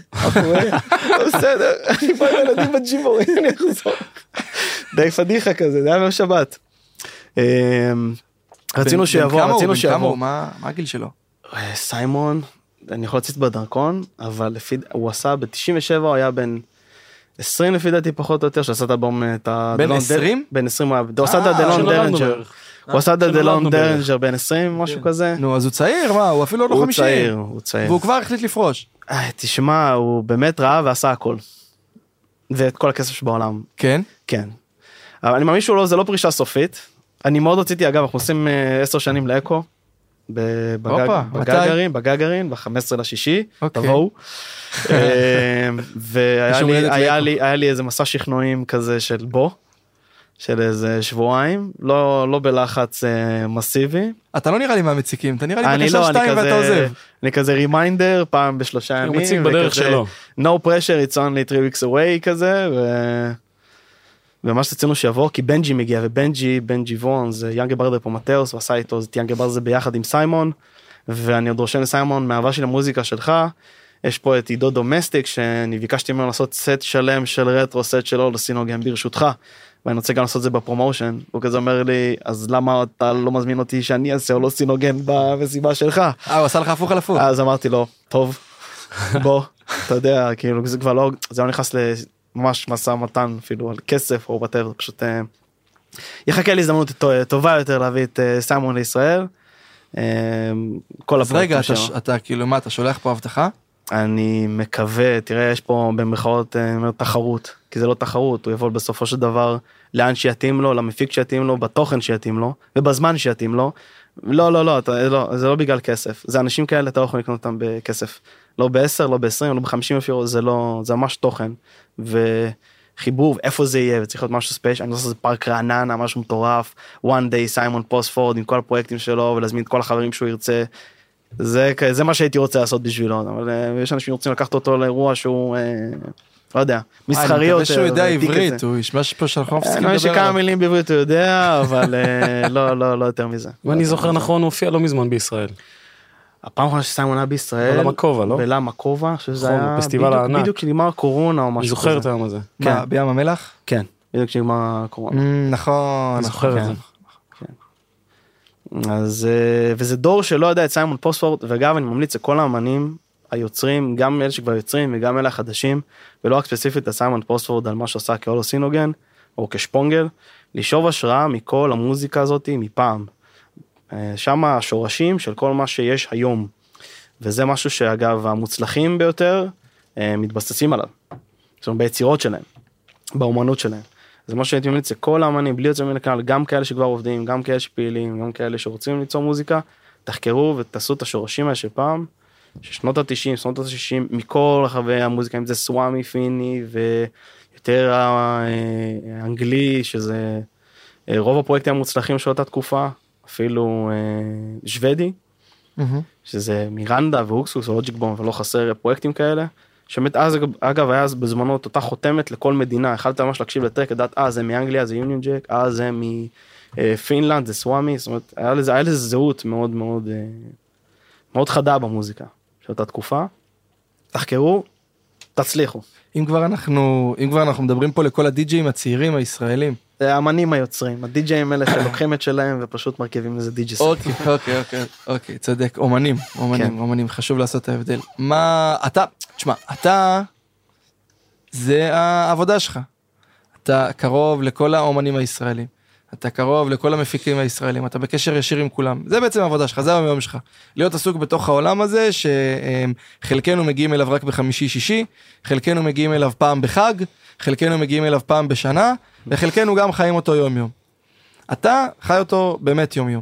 בסדר, אני בא עם הילדים בג'ימבורי, אני אחזור. די פדיחה כזה, זה היה ביום שבת. אה, רצינו בן- שיבוא, בן כמה הוא? רצינו בן כמה שיבוא. הוא? מה מה הגיל שלו? אה, סיימון, אני יכול לצאת בדרכון, אבל לפי, הוא עשה ב-תשעים ושבע, הוא היה בן עשרים לפי דעתי פחות או יותר, שעשה את הבום, את ה... בן דלון- עשרים? בן עשרים, הוא היה- הוא עשה את אה, הדלון שנולדנו דרנג'ר. בערך. הוא עשה את הדלון שנולדנו בערך. דרנג'ר בן עשרים, משהו כזה. נו, אז הוא צעיר, מה? הוא אפילו לא הוא חמישים. צעיר, הוא צעיר. והוא כבר החליט לפרוש. אה, תשמע, הוא באמת ראה ועשה הכל. ואת כל הכסף שבעולם. כן? כן. אבל אני מאמין שהוא לא, זה לא פרישה סופית. אני מאוד רציתי, אגב, אנחנו עושים אה, עשר שנים לאקו. ב- בגג- הופה, מתי? בגגרין, בגגרין, ב-חמישה עשר לשישי, אוקיי. תבואו. אה, והיה יש יום לי, הולדת היה לאקו. לי, היה לי איזה מסע שכנועים כזה של בו, של איזה שבועיים, לא, לא בלחץ אה, מסיבי. אתה לא נראה לי מהמציקים, אתה נראה לי אני בקשה לא, אני שתיים ואתה כזה, עוזב. אני כזה רימיינדר פעם בשלושה ימים. הוא מציג בדרך וכזה, שלו. No pressure, it's only three weeks away כזה, ו... ומה שרצינו שיבוא, כי בנג'י מגיע, ובנג'י, בנג'י וון, זה יאנגר ברדר פרומטאוס, ועשה איתו, זה יאנגר ברדר ביחד עם סיימון, ואני עוד רושם לסיימון, מאהבה של המוזיקה שלך, יש פה את עידו דומסטיק, שאני ביקשתי ממנו לעשות סט שלם של רטרו, סט שלו לסינוגן ברשותך, ואני רוצה גם לעשות את זה בפרומושן, הוא כזה אומר לי, אז למה אתה לא מזמין אותי שאני אעשה או לא סינוגן במסיבה שלך? אה, הוא עשה לך הפוך על הפוך. אז אמרתי לו, טוב, בוא, אתה יודע, כאילו, זה כבר לא, זה לא נכנס לממש מסע מתן, אפילו על כסף או בטבע, זה פשוט יחכה לי הזדמנות טובה יותר להביא את סיימון לישראל. כל אז רגע, אתה כאילו, מה, אתה שולח פה הבטחה? אני מקווה, תראה, יש פה במרכאות תחרות, כי זה לא תחרות, הוא יבוא בסופו של דבר לאן שיתאים לו, למפיק שיתאים לו, בתוכן שיתאים לו, ובזמן שיתאים לו. לא, לא, לא, אתה, לא, זה לא בגלל כסף. זה אנשים כאלה, אתה לא יכול לקנות אותם בכסף. לא ב-עשר, לא ב-עשרים, לא ב-חמישים אפילו, זה לא, זה ממש תוכן. וחיבור, איפה זה יהיה, וצריך להיות משהו ספייש, אני לא עושה פארק רעננה, משהו מטורף, one day סיימון פוספורד עם כל הפרויקטים שלו, ולהזמין את כל החברים שהוא ירצה. זה, זה מה שהייתי רוצה לעשות בשבילו, אבל יש אנשים שרוצים לקחת אותו לאירוע שהוא, לא יודע, מסחרי יותר. אני מקווה שהוא יודע עברית, הוא ישמע שפה שאנחנו לא מפסיקים לדבר. אני שכמה מילים בעברית הוא יודע, אבל לא, לא, לא יותר מזה. ואני זוכר נכון, הוא הופיע לא מזמן בישראל. הפעם האחרונה שסיימון היה בישראל, בלמה כובע, לא? בלמה כובע, שזה היה בפסטיבל הענק. בדיוק כשנגמר קורונה או משהו כזה. אני זוכר את היום הזה. מה, בים המלח? כן, בדיוק כשנגמר קורונה. נכון, אני זוכר את זה. אז, וזה דור שלא יודע את סיימון פוספורד, ואגב אני ממליץ לכל האמנים היוצרים, גם אלה שכבר יוצרים וגם אלה החדשים, ולא רק ספציפית לסיימון פוספורד על מה שעושה כאולו סינוגן, או כשפונגל, לשאוב השראה מכל המוזיקה הזאת מפעם. שם השורשים של כל מה שיש היום, וזה משהו שאגב המוצלחים ביותר מתבססים עליו, זאת אומרת ביצירות שלהם, באומנות שלהם. זה מה שהייתי ממליץ לכל האמנים, בלי יוצאים מן הכלל, גם כאלה שכבר עובדים, גם כאלה שפעילים, גם כאלה שרוצים ליצור מוזיקה, תחקרו ותעשו את השורשים האלה שפעם, ששנות ה-תשעים, שנות ה-שישים, מכל רחבי המוזיקה, אם זה סוואמי, פיני, ויותר האנגלי, שזה רוב הפרויקטים המוצלחים של אותה תקופה, אפילו שוודי, שזה מירנדה ואוקסוס או לוג'יק בום, ולא חסר פרויקטים כאלה, שבאמת אז, אגב, היה בזמנו אותה חותמת לכל מדינה, יכלת ממש להקשיב לטרק, לדעת, אה, זה מאנגליה, זה יוניון ג'ק, אה, זה מפינלנד, זה סוואמי, זאת אומרת, היה לזה, היה לזה זהות מאוד מאוד, מאוד חדה במוזיקה, של אותה תקופה. תחקרו, תצליחו. אם כבר אנחנו, אם כבר אנחנו מדברים פה לכל הדי-ג'ים הצעירים הישראלים. זה האמנים היוצרים, הדי-ג'ים האלה שלוקחים את שלהם ופשוט מרכיבים לזה די-ג'י סט. אוקיי, אוקיי, אוקיי, אוקיי, צודק, אומנים, אומנים, אומנים, חשוב לעשות את ההבדל. מה, אתה, תשמע, אתה, זה העבודה שלך. אתה קרוב לכל האומנים הישראלים. אתה קרוב לכל המפיקים הישראלים, אתה בקשר ישיר עם כולם. זה בעצם העבודה שלך, זה היום שלך. להיות עסוק בתוך העולם הזה, שחלקנו מגיעים אליו רק בחמישי-שישי, חלקנו מגיעים אליו פעם בחג, חלקנו מגיעים אליו פעם בשנה, וחלקנו גם חיים אותו יום-יום. אתה חי אותו באמת יום-יום.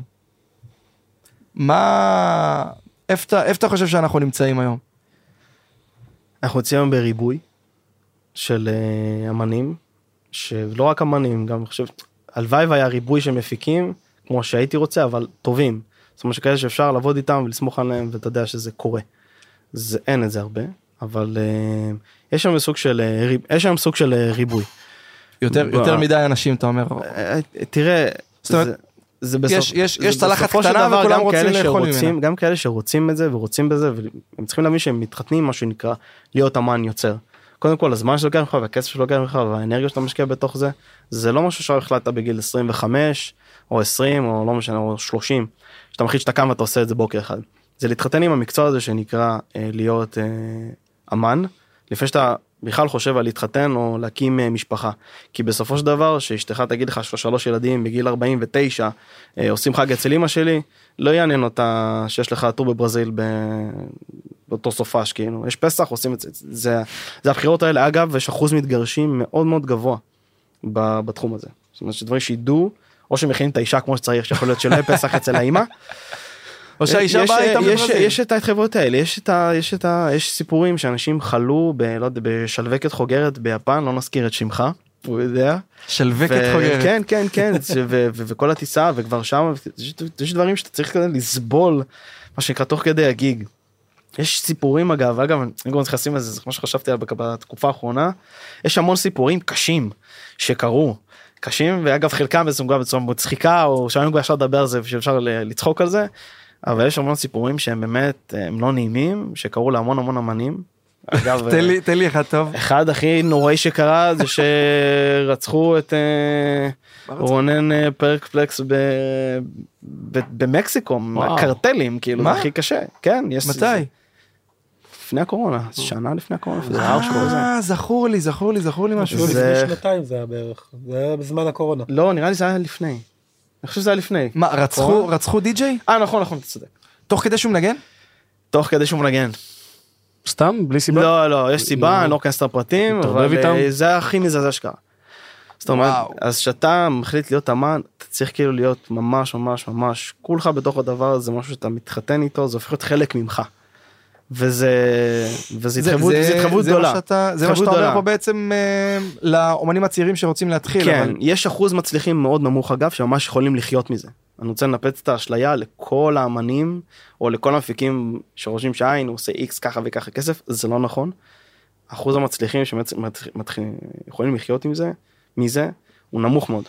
מה... איפה אתה חושב שאנחנו נמצאים היום? אנחנו נמצאים היום בריבוי של אמנים, שלא רק אמנים, גם אני חושב... הלוואי והיה ריבוי של מפיקים, כמו שהייתי רוצה, אבל טובים. זאת אומרת שכאלה שאפשר לעבוד איתם ולסמוך עליהם, ואתה יודע שזה קורה. זה, אין את זה הרבה, אבל uh, יש שם סוג של, uh, יש שם סוג של uh, ריבוי. יותר, ב... יותר מדי אנשים, אתה אומר. Uh, תראה, זאת אומרת, זה, זה בסוף, יש, יש, יש צלחת קטנה וכולם רוצים לאכול ממנה. גם כאלה שרוצים את זה ורוצים בזה, והם צריכים להבין שהם מתחתנים, מה שנקרא, להיות אמן יוצר. קודם כל, הזמן שלוקח ממך, והכסף שלוקח ממך, והאנרגיה שאתה משקיע בתוך זה, זה לא משהו שהחלטת בגיל עשרים וחמש, או עשרים, או לא משנה, או שלושים, שאתה מחליט שאתה קם ואתה עושה את זה בוקר אחד. זה להתחתן עם המקצוע הזה שנקרא אה, להיות אה, אמן, לפני שאתה בכלל חושב על להתחתן או להקים אה, משפחה. כי בסופו של דבר, שאשתך תגיד לך שלוש ילדים בגיל ארבעים ותשע, אה, עושים חג אצל אמא שלי, לא יעניין אותה שיש לך טור בברזיל ב... באותו סופש, כאילו, יש פסח, עושים את זה, זה, זה הבחירות האלה, אגב, יש אחוז מתגרשים מאוד מאוד גבוה בתחום הזה. זאת אומרת, שדברים שידעו, או שמכינים את האישה כמו שצריך, שיכול להיות שלא יהיה פסח אצל האמא, או שהאישה באה איתם בברזיל. יש את ההתחייבויות האלה, יש את ה, יש את ה, יש סיפורים שאנשים חלו ב, לא יודע, בשלווקת חוגרת ביפן, לא נזכיר את שמך, הוא יודע. שלווקת חוגרת. כן, כן, כן, וכל הטיסה, וכבר שם, יש דברים שאתה צריך לסבול, מה שנקרא, תוך כדי הגיג. יש סיפורים אגב, אגב, אני גם מתייחסים לזה, זה כמו שחשבתי על בתקופה האחרונה, יש המון סיפורים קשים שקרו, קשים, ואגב חלקם גם בצורה מצחיקה, או שהיינו כבר אפשר לדבר על זה, שאפשר לצחוק על זה, אבל יש המון סיפורים שהם באמת, הם לא נעימים, שקרו להמון המון אמנים. אגב, תן לי, תן לי אחד טוב. אחד הכי נוראי שקרה, זה שרצחו את רונן פרקפלקס במקסיקו, קרטלים, כאילו, זה הכי קשה. כן, יש... מתי? לפני הקורונה, שנה לפני הקורונה. אה, זכור לי, זכור לי, זכור לי משהו. לפני שנתיים זה היה בערך, זה היה בזמן הקורונה. לא, נראה לי זה היה לפני. אני חושב שזה היה לפני. מה, רצחו, רצחו די-ג'יי? אה, נכון, נכון, אתה צודק. תוך כדי שהוא מנגן? תוך כדי שהוא מנגן. סתם? בלי סיבה? לא, לא, יש סיבה, אני לא אכנס את הפרטים, אבל זה הכי מזעזע שקרה. זאת אומרת, אז שאתה מחליט להיות אמן, אתה צריך כאילו להיות ממש ממש ממש, כולך בתוך הדבר הזה, משהו שאתה מתחתן איתו, זה הופך להיות חלק ממך. וזה, וזה התחייבות, זה התחייבות גדולה. זה מה שאתה אומר פה בעצם לאומנים הצעירים שרוצים להתחיל. כן, יש אחוז מצליחים מאוד נמוך אגב, שממש יכולים לחיות מזה. אני רוצה לנפץ את האשליה לכל האמנים, או לכל המפיקים שחושבים שהיין, הוא עושה איקס ככה וככה כסף, זה לא נכון. אחוז המצליחים שיכולים לחיות עם זה, מזה, הוא נמוך מאוד.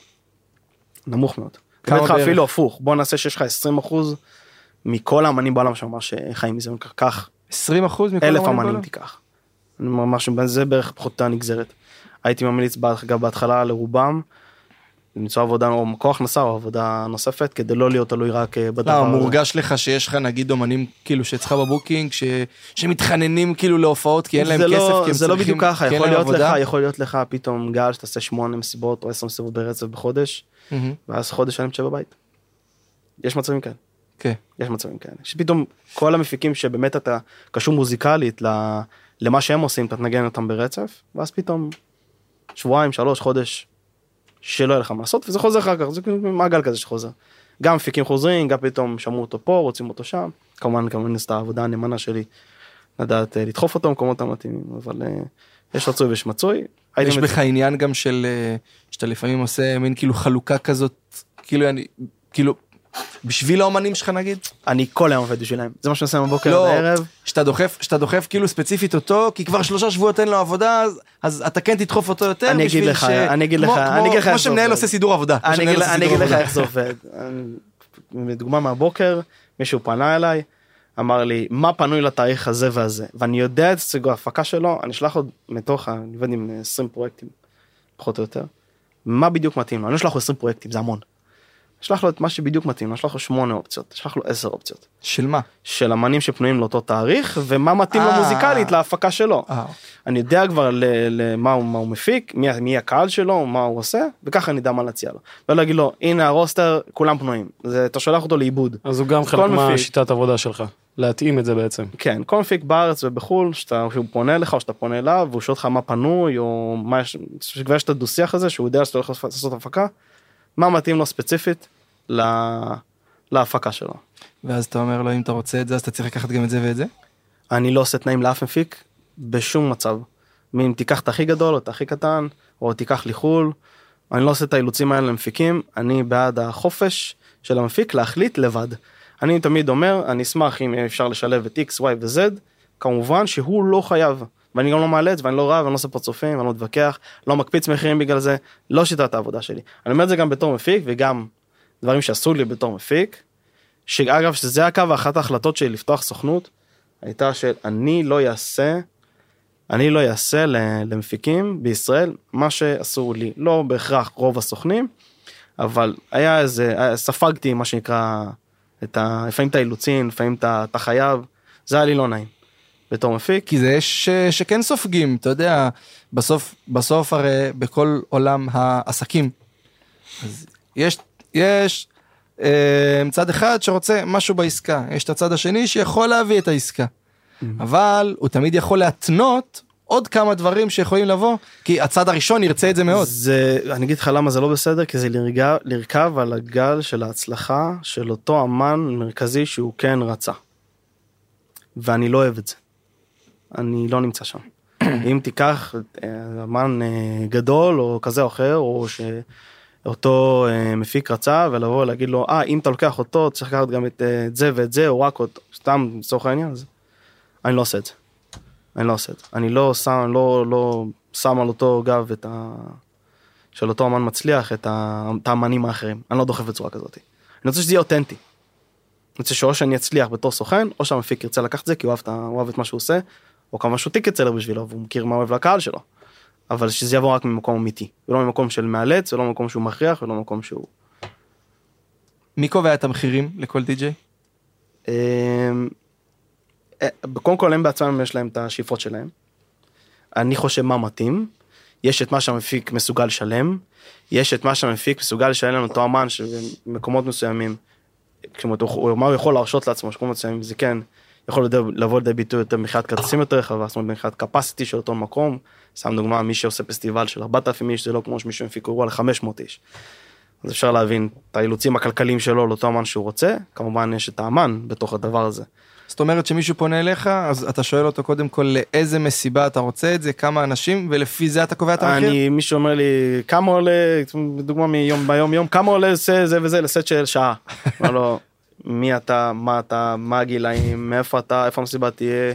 נמוך מאוד. כמה בערך? אפילו הפוך, בוא נעשה שיש לך עשרים אחוז מכל האמנים בעולם שממש חיים מזה, כך. עשרים אחוז מכל אלף אמנים תיקח. ממש, זה בערך פחות הנגזרת. הייתי ממליץ בהתחלה לרובם, למצוא עבודה או כוח נסה או עבודה נוספת, כדי לא להיות תלוי רק בדבר. לא, מורגש לך שיש לך נגיד אומנים כאילו שצריך בבוקינג, שמתחננים כאילו להופעות, כי אין להם כסף, כי הם צריכים... זה לא בדיוק ככה, יכול להיות לך, יכול להיות לך פתאום גל שתעשה שמונה מסיבות או עשר מסיבות ברצף בחודש, ואז חודש אני מתשב בבית. יש מצבים כאלה. כן. יש מצבים כאלה. שפתאום כל המפיקים שבאמת אתה קשור מוזיקלית למה שהם עושים, אתה תנגן אותם ברצף, ואז פתאום שבועיים, שלוש, חודש, שלא יהיה לך מה לעשות, וזה חוזר אחר כך, זה מעגל כזה שחוזר. גם מפיקים חוזרים, גם פתאום שמעו אותו פה, רוצים אותו שם, כמובן, כמובן נסתה העבודה הנאמנה שלי, לדעת לדחוף אותו במקומות המתאימים, אבל יש רצוי ויש מצוי. יש בך עניין גם של, שאתה לפעמים עושה מין כאילו חלוקה כזאת, כאילו אני, כאילו, בשביל האומנים שלך נגיד? אני כל היום עובד בשבילהם, זה מה שאני עושה מבוקר לא, בערב. שאתה דוחף, שאתה דוחף כאילו ספציפית אותו, כי כבר שלושה שבועות אין לו עבודה, אז, אז אתה כן תדחוף אותו יותר אני אגיד לך, ש... אני אגיד לך, אני אגיד לך, כמו שמנהל עושה סידור עבודה. אני אגיד, אני אגיד לך איך זה עובד. לדוגמה מהבוקר, מישהו פנה אליי, אמר לי, מה פנוי לתאריך הזה והזה, ואני יודע את סגו ההפקה שלו, אני אשלח עוד מתוך, אני עובד עם עשרים פרויקטים, פחות או יותר, מה בדיוק מתאים לו, אני אשלח לו עשרים פרויקטים, זה המון. אשלח לו את מה שבדיוק מתאים, אשלח לו שמונה אופציות, אשלח לו עשר אופציות. של מה? של אמנים שפנויים לאותו תאריך, ומה מתאים לו מוזיקלית להפקה שלו. אני יודע כבר למה הוא מפיק, מי הקהל שלו, מה הוא עושה, וככה אני יודע מה להציע לו. ולא להגיד לו, הנה הרוסטר, כולם פנויים. אתה שולח אותו לאיבוד. אז הוא גם חלק מהשיטת עבודה שלך, להתאים את זה בעצם. כן, כל מפיק בארץ ובחול, שהוא פונה לך או שאתה פונה אליו, והוא שואל אותך מה פנוי, או מה יש, שכבר יש את הדו-שיח הזה, שהוא יודע שאתה הולך לעשות הפקה, מה מתאים לו ספציפית להפקה שלו. ואז אתה אומר לו, אם אתה רוצה את זה, אז אתה צריך לקחת גם את זה ואת זה? אני לא עושה תנאים לאף מפיק, בשום מצב. אם תיקח את הכי גדול, או את הכי קטן, או תיקח לי חול, אני לא עושה את האילוצים האלה למפיקים, אני בעד החופש של המפיק להחליט לבד. אני תמיד אומר, אני אשמח אם אפשר לשלב את X, Y ו-Z, כמובן שהוא לא חייב. ואני גם לא מעלץ, ואני לא רב, ואני לא עושה פרצופים, ואני לא מתווכח, לא מקפיץ מחירים בגלל זה, לא שיטת העבודה שלי. אני אומר את זה גם בתור מפיק, וגם דברים שעשו לי בתור מפיק, שאגב, שזה הקו, ואחת ההחלטות שלי לפתוח סוכנות, הייתה של אני לא יעשה, אני לא יעשה למפיקים בישראל, מה שעשו לי, לא בהכרח רוב הסוכנים, אבל היה איזה, ספגתי מה שנקרא, את ה, לפעמים את האילוצים, לפעמים את החייב, זה היה לי לא נעים. בתור מפיק. כי זה יש שכן סופגים, אתה יודע, בסוף, בסוף הרי בכל עולם העסקים, אז יש, יש אה, צד אחד שרוצה משהו בעסקה, יש את הצד השני שיכול להביא את העסקה, mm-hmm. אבל הוא תמיד יכול להתנות עוד כמה דברים שיכולים לבוא, כי הצד הראשון ירצה את זה מאוד. זה, אני אגיד לך למה זה לא בסדר, כי זה לרגע, לרכב על הגל של ההצלחה של אותו אמן מרכזי שהוא כן רצה. ואני לא אוהב את זה. אני לא נמצא שם. אם תיקח אמן גדול או כזה או אחר, או שאותו מפיק רצה, ולבוא ולהגיד לו, אה, אם אתה לוקח אותו, צריך לקחת גם את זה ואת זה, או רק אותו, סתם לצורך העניין הזה. אני לא עושה את זה. אני לא עושה את זה. אני לא שם, אני לא, לא שם על אותו גב את ה... של אותו אמן מצליח, את האמנים האחרים. אני לא דוחף בצורה כזאת. אני רוצה שזה יהיה אותנטי. אני רוצה שאו שאני אצליח בתור סוכן, או שהמפיק ירצה לקחת את זה, כי הוא אוהב, הוא אוהב את מה שהוא עושה, או כמה שהוא טיקט סלר בשבילו, והוא מכיר מה אוהב לקהל שלו. אבל שזה יבוא רק ממקום אמיתי. ולא ממקום של מאלץ, ולא ממקום שהוא מכריח, ולא ממקום שהוא... מי קובע את המחירים לכל די-ג'יי? קודם כל הם בעצמם יש להם את השאיפות שלהם. אני חושב מה מתאים. יש את מה שהמפיק מסוגל לשלם. יש את מה שהמפיק מסוגל לשלם אותו אמן שבמקומות מסוימים, מה הוא יכול להרשות לעצמו, שקומות מסוימים, זה כן יכול לבוא לידי ביטוי יותר מחיית כרטיסים יותר רחבה, זאת אומרת מחיית קפסיטי של אותו מקום. שם דוגמה, מי שעושה פסטיבל של ארבעת אלפים איש, זה לא כמו שמישהו מפיק אירוע ל-חמש מאות איש. אז אפשר להבין את האילוצים הכלכליים שלו לאותו אמן שהוא רוצה, כמובן יש את האמן בתוך הדבר הזה. זאת אומרת שמישהו פונה אליך, אז אתה שואל אותו קודם כל לאיזה מסיבה אתה רוצה את זה, כמה אנשים, ולפי זה אתה קובע את המחיר? אני, מישהו אומר לי, כמה עולה, בדוגמה מיום ביום יום, כמה עולה זה, זה וזה לסט של שעה. אומר לו, מי אתה, מה אתה, מה הגילאים, מאיפה אתה, איפה המסיבה תהיה.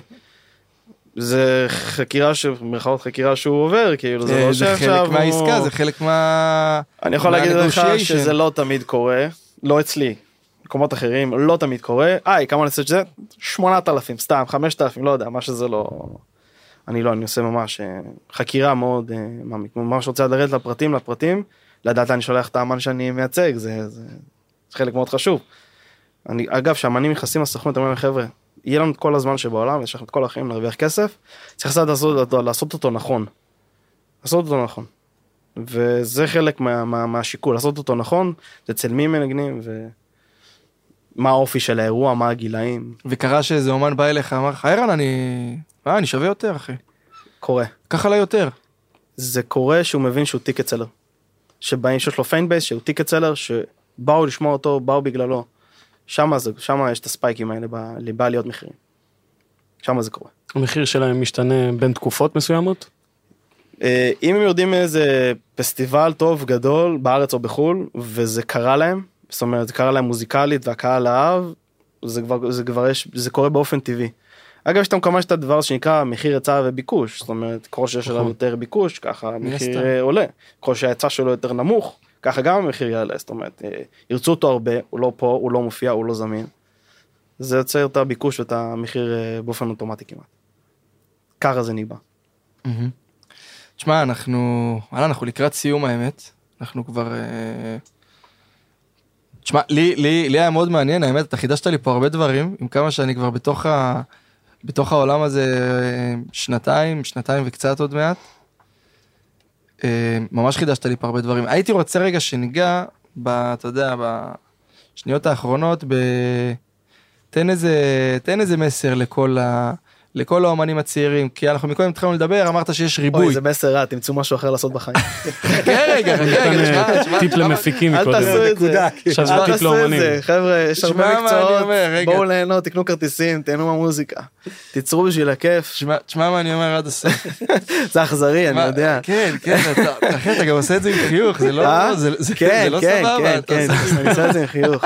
זה חקירה, מרכאות חקירה שהוא עובר, כאילו, זה לא שעכשיו זה חלק מהעסקה, זה חלק מה... אני יכול להגיד לך שזה לא תמיד קורה, לא אצלי. מקומות אחרים, לא תמיד קורה, איי, כמה נעשה את זה? שמונת אלפים, סתם, חמשת אלפים, לא יודע, מה שזה לא... אני לא, אני עושה ממש חקירה מאוד, ממש רוצה לדרד לפרטים, לפרטים, לדעת אני שולח את האמן שאני מייצג, זה, זה, זה חלק מאוד חשוב. אני, אגב, שהאמנים נכנסים לסוכנות, אומרים, חבר'ה, יהיה לנו את כל הזמן שבעולם, יש לכם את כל החיים להרוויח כסף, צריך לעשות אותו, לעשות אותו נכון. לעשות אותו נכון. וזה חלק מה, מה, מהשיקול, לעשות אותו נכון, זה אצל מי מנגנים, ו... מה האופי של האירוע, מה הגילאים. וקרה שאיזה אומן בא אליך, אמר לך, אירן, אני... אה, אני שווה יותר, אחי. קורה. ככה לה יותר. זה קורה שהוא מבין שהוא טיקט סלר. שבאים שיש לו פיין בייס, שהוא טיקט סלר, שבאו לשמוע אותו, באו בגללו. שמה זה, שמה יש את הספייקים האלה, בעליות מחירים. שמה זה קורה. המחיר שלהם משתנה בין תקופות מסוימות? אם הם יודעים איזה פסטיבל טוב, גדול, בארץ או בחול, וזה קרה להם, זאת אומרת, זה קרה להם מוזיקלית, והקהל אהב, זה כבר, זה כבר יש, זה קורה באופן טבעי. אגב, שאתה מקמש את הדבר שנקרא מחיר היצע וביקוש, זאת אומרת, ככל שיש עליו יותר ביקוש, ככה המחיר עולה. ככל שההיצע שלו יותר נמוך, ככה גם המחיר יעלה, זאת אומרת, ירצו אותו הרבה, הוא לא פה, הוא לא מופיע, הוא לא זמין. זה יוצר את הביקוש ואת המחיר באופן אוטומטי כמעט. ככה זה נקבע. תשמע, אנחנו, אנחנו לקראת סיום האמת, אנחנו כבר... תשמע, לי, לי, לי היה מאוד מעניין, האמת, אתה חידשת לי פה הרבה דברים, עם כמה שאני כבר בתוך, ה, בתוך העולם הזה שנתיים, שנתיים וקצת עוד מעט. ממש חידשת לי פה הרבה דברים. הייתי רוצה רגע שניגע, ב, אתה יודע, בשניות האחרונות, ב, תן איזה, תן איזה מסר לכל ה... לכל האומנים הצעירים, כי אנחנו מקודם התחלנו לדבר, אמרת שיש ריבוי. אוי, זה מסר רע, תמצאו משהו אחר לעשות בחיים. חכה רגע, חכה רגע, טיפ למפיקים אל מקודם. תעשו את זה, אל תעשו את זה, חבר'ה, יש הרבה מקצועות, בואו ליהנות, תקנו כרטיסים, תהנו מהמוזיקה, תיצרו בשביל הכיף. תשמע מה אני אומר עד הסוף. זה אכזרי, אני יודע. כן, כן, אחי, אתה גם עושה את זה עם חיוך, זה לא סבבה. כן, אני עושה את זה עם חיוך.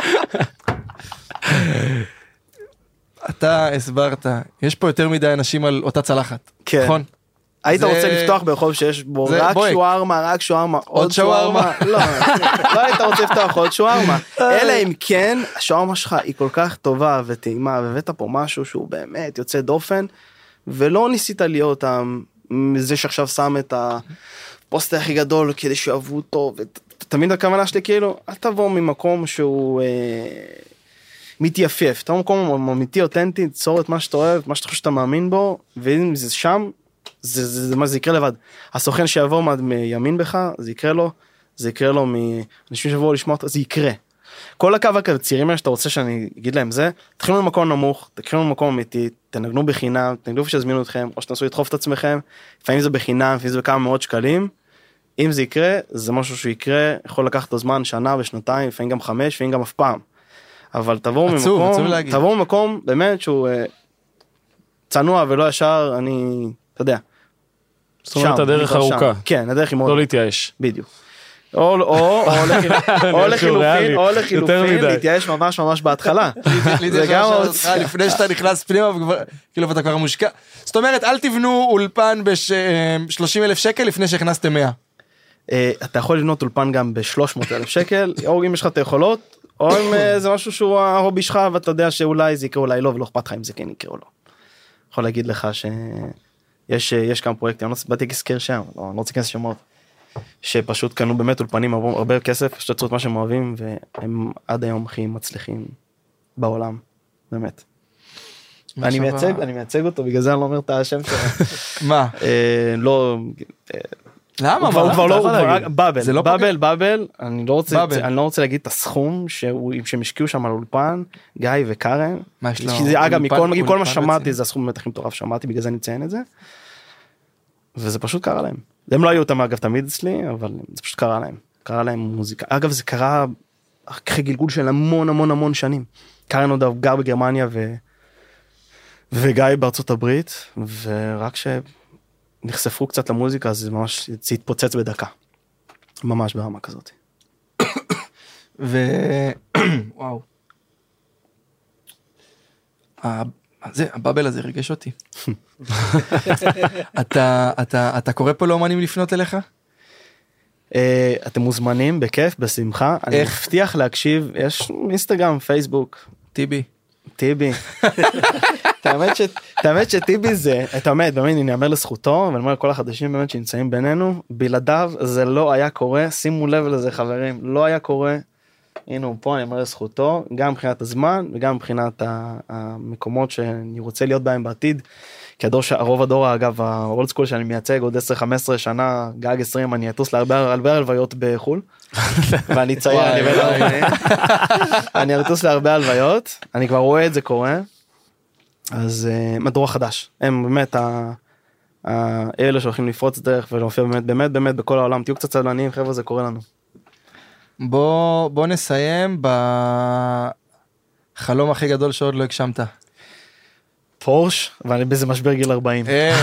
אתה הסברת, יש פה יותר מדי אנשים על אותה צלחת, נכון? היית רוצה לפתוח ברחוב שיש בו רק שוארמה, רק שוארמה, עוד שוארמה? לא, לא היית רוצה לפתוח עוד שוארמה, אלא אם כן, השוארמה שלך היא כל כך טובה וטעימה, והבאת פה משהו שהוא באמת יוצא דופן, ולא ניסית להיות זה שעכשיו שם את הפוסטר הכי גדול כדי שאוהבו אותו, ותמיד הכוונה שלי כאילו, אל תבוא ממקום שהוא... מתייפף, אתה מקום אמיתי, אותנטי, תצור את מה שאתה אוהב, מה שאתה חושב שאתה מאמין בו, ואם זה שם, זה, זה, זה, זה יקרה לבד. הסוכן שיבוא מימין בך, זה יקרה לו, זה יקרה לו מאנשים שיבואו לשמוע אותו, זה יקרה. כל הקו הצעירים האלה שאתה רוצה שאני אגיד להם זה, תתחילו ממקום נמוך, תתחילו ממקום אמיתי, תנגנו בחינם, תנגנו שיזמינו אתכם, או שתנסו לדחוף את עצמכם, לפעמים זה בחינם, לפעמים זה בכמה מאות שקלים, אם זה יקרה, זה משהו שיקרה, יכול לקחת לו זמן, שנה ושנתיים, לפעמים גם חמש, לפעמים גם אף פעם. אבל תבואו ממקום, תבואו ממקום באמת שהוא צנוע ולא ישר, אני, אתה יודע. זאת אומרת, הדרך ארוכה. כן, הדרך היא מאוד... לא להתייאש. בדיוק. או או- או לחילופין, או לחילופין, או יותר לחילופין, מדי. להתייאש ממש ממש בהתחלה. לי זה זה גם גם עוד- אותך לפני שאתה נכנס פנימה, וכבר- כאילו אתה כבר מושקע. זאת אומרת, אל תבנו אולפן ב-שלושים אלף שקל לפני שהכנסתם מאה. אה, אתה יכול לבנות אולפן גם ב-שלוש מאות אלף שקל, או אם יש לך את היכולות, או אם אה, זה משהו שהוא ההובי שלך, ואתה יודע שאולי זה יקרה, אולי לא, ולא אכפת לך אם זה כן יקרה או לא. יכול להגיד לך שיש אה, יש כמה פרויקטים, אני לא באתי להזכיר שם, לא, אני לא רוצה להיכנס שמות, שפשוט קנו באמת אולפנים הרבה, הרבה כסף, השתתפו את מה שהם אוהבים, והם עד היום הכי מצליחים בעולם, באמת. אני מייצג, אני מייצג אותו, בגלל זה אני לא אומר את השם שלו. מה? אה, לא... למה? הוא כבר- הוא מה? כבר לא, אתה הוא יכול כבר להגיד. רק- באבל, זה לא פוגע? באבל, באבל, אני לא רוצה, באבל. אני לא רוצה להגיד את הסכום שהוא- שהם השקיעו שם על אולפן, גיא וקארן, מה יש לו? כי זה, אגב, אולפן- מכל מכל מה אולפן שמעתי רציני? זה הסכום באמת הכי מטורף שמעתי, בגלל זה אני מציין את זה, וזה פשוט קרה להם. הם לא היו אותם אגב תמיד אצלי, אבל זה פשוט קרה להם, קרה להם מוזיקה, אגב זה קרה אחרי גלגול של המון המון המון שנים, קארן עוד גר בגרמניה ו... וגיא בארצות הברית, ורק שנחשפו קצת למוזיקה, אז זה ממש, זה התפוצץ בדקה. ממש ברמה כזאת. ו... וואו. ה- זה, הבאבל הזה ריגש אותי. אתה, אתה, אתה קורא פה לאומנים לפנות אליך? אה, אתם מוזמנים, בכיף, בשמחה. אני איך? מבטיח להקשיב, יש אינסטגרם, פייסבוק, טיבי. טיבי. את האמת ש- את האמת שטיבי זה, את האמת, באמת, אני אומר לזכותו, ואני אומר לכל החדשים באמת שנמצאים בינינו, בלעדיו זה לא היה קורה, שימו לב לזה חברים, לא היה קורה, הנה הוא פה, אני אומר לזכותו, גם מבחינת הזמן, וגם מבחינת ה- המקומות שאני רוצה להיות בהם בעתיד, כי הדור, ש- הרוב הדור, אגב, האולד סקול שאני מייצג, עוד עשר חמש עשרה שנה, גג עשרים, אני אטוס להרבה הרבה הלוויות בחול, ואני ציין, אני בן ארבעים. אני אטוס להרבה הלוויות, אני כבר רואה את זה קורה, אז uh, הדור החדש, הם באמת ה- ה- אלה שהולכים לפרוץ דרך ולהופיע באמת, באמת, באמת בכל העולם, תהיו קצת סבלניים, חבר'ה, זה קורה לנו. בוא, בוא נסיים בחלום הכי גדול שעוד לא הגשמת. פורש, ואני באיזה משבר גיל ארבעים. אה,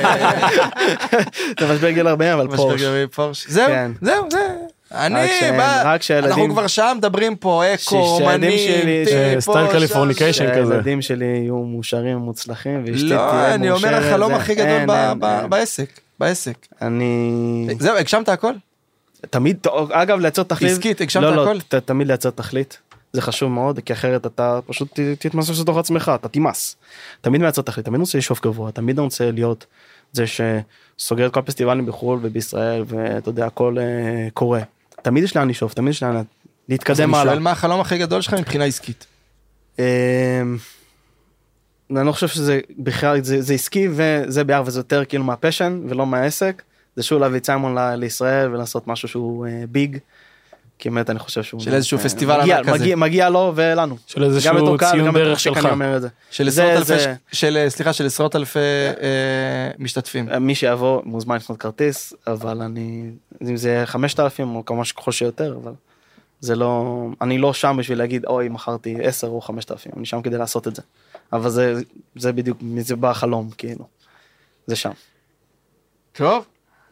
זה משבר גיל ארבעים, אבל משבר פורש. גבי פורש. זהו, כן. זהו, זה. אני, רק שהם- מה, רק שהילדים- אנחנו כבר שם מדברים פה, אקו, שהילדים אומנים, שלי- טיפ, סטייל פה, קליפורניקיישן שם, כזה. שהילדים שלי יהיו מאושרים ומוצלחים, ואשתי לא, תהיה אני אומר מאושרת, החלום זה- הכי גדול אין, ב- אין, ב- אין. בעסק, בעסק. אני... זהו, הגשמת הכל? תמיד, אגב, לייצר תכלית. עסקית, הגשמת לא, הכל? לא, ת- תמיד לייצר תכלית. זה חשוב מאוד, כי אחרת אתה פשוט ת- תתמסס לתוך עצמך, אתה תימס. תמיד מייצר תכלית, תמיד רוצה לשאוף גבוה, תמיד רוצה להיות זה שסוגר את כל הפסטיבלים בחו"ל ובישראל, ואתה יודע, הכל אה, קורה. תמיד יש לאן לשאוף, תמיד יש לאן אז להתקדם אני הלאה. שואל מה החלום הכי גדול שלך מבחינה עסקית? אה, אני לא חושב שזה בכלל, זה, זה עסקי וזה ביחד, וזה יותר כאילו מהפשן ולא מהעסק. זה שוב להביא את סיימון ל- לישראל ולעשות משהו שהוא אה, ביג. כי באמת אני חושב שהוא... של איזשהו אה, פסטיבל מגיע, ענק כזה. מגיע, מגיע לו ולנו. של איזשהו גם בתור קהל, ציון גם בתור דרך מפיק, שלך. אני אומר את זה. של זה- עשרות אלפי, זה- של, סליחה, של עשרות אלפי אה, משתתפים. מי שיבוא מוזמן לקנות כרטיס, אבל אני... אם זה חמשת אלפים או כמה שככל שיותר, אבל זה לא... אני לא שם בשביל להגיד, אוי, מכרתי עשר או חמשת אלפים, אני שם כדי לעשות את זה. אבל זה, זה בדיוק, זה בא החלום, כאילו. זה שם. טוב.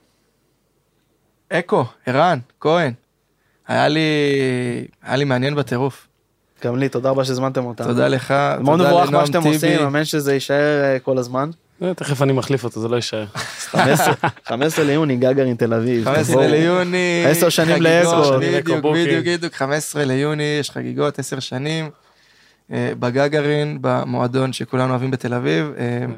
אקו, ערן, כהן. היה לי, היה לי מעניין בטירוף. גם לי, תודה רבה שהזמנתם אותנו. תודה לך, מאוד תודה מבורך מה לנועם שאתם טיבי. עושים, אמן שזה יישאר אה, כל הזמן. אה, תכף אני מחליף אותו, זה לא יישאר. חמש עשרה חמש עשרה ליוני, גגרין תל אביב. חמישה עשר תבואו. ליוני. עשר שנים חגיגות, לאקו. בדיוק, לאקו בוקינג. בדיוק, בדיוק, חמישה עשר ליוני, יש חגיגות, עשר שנים. אה, בגגרין, במועדון שכולנו אוהבים בתל אביב. אה,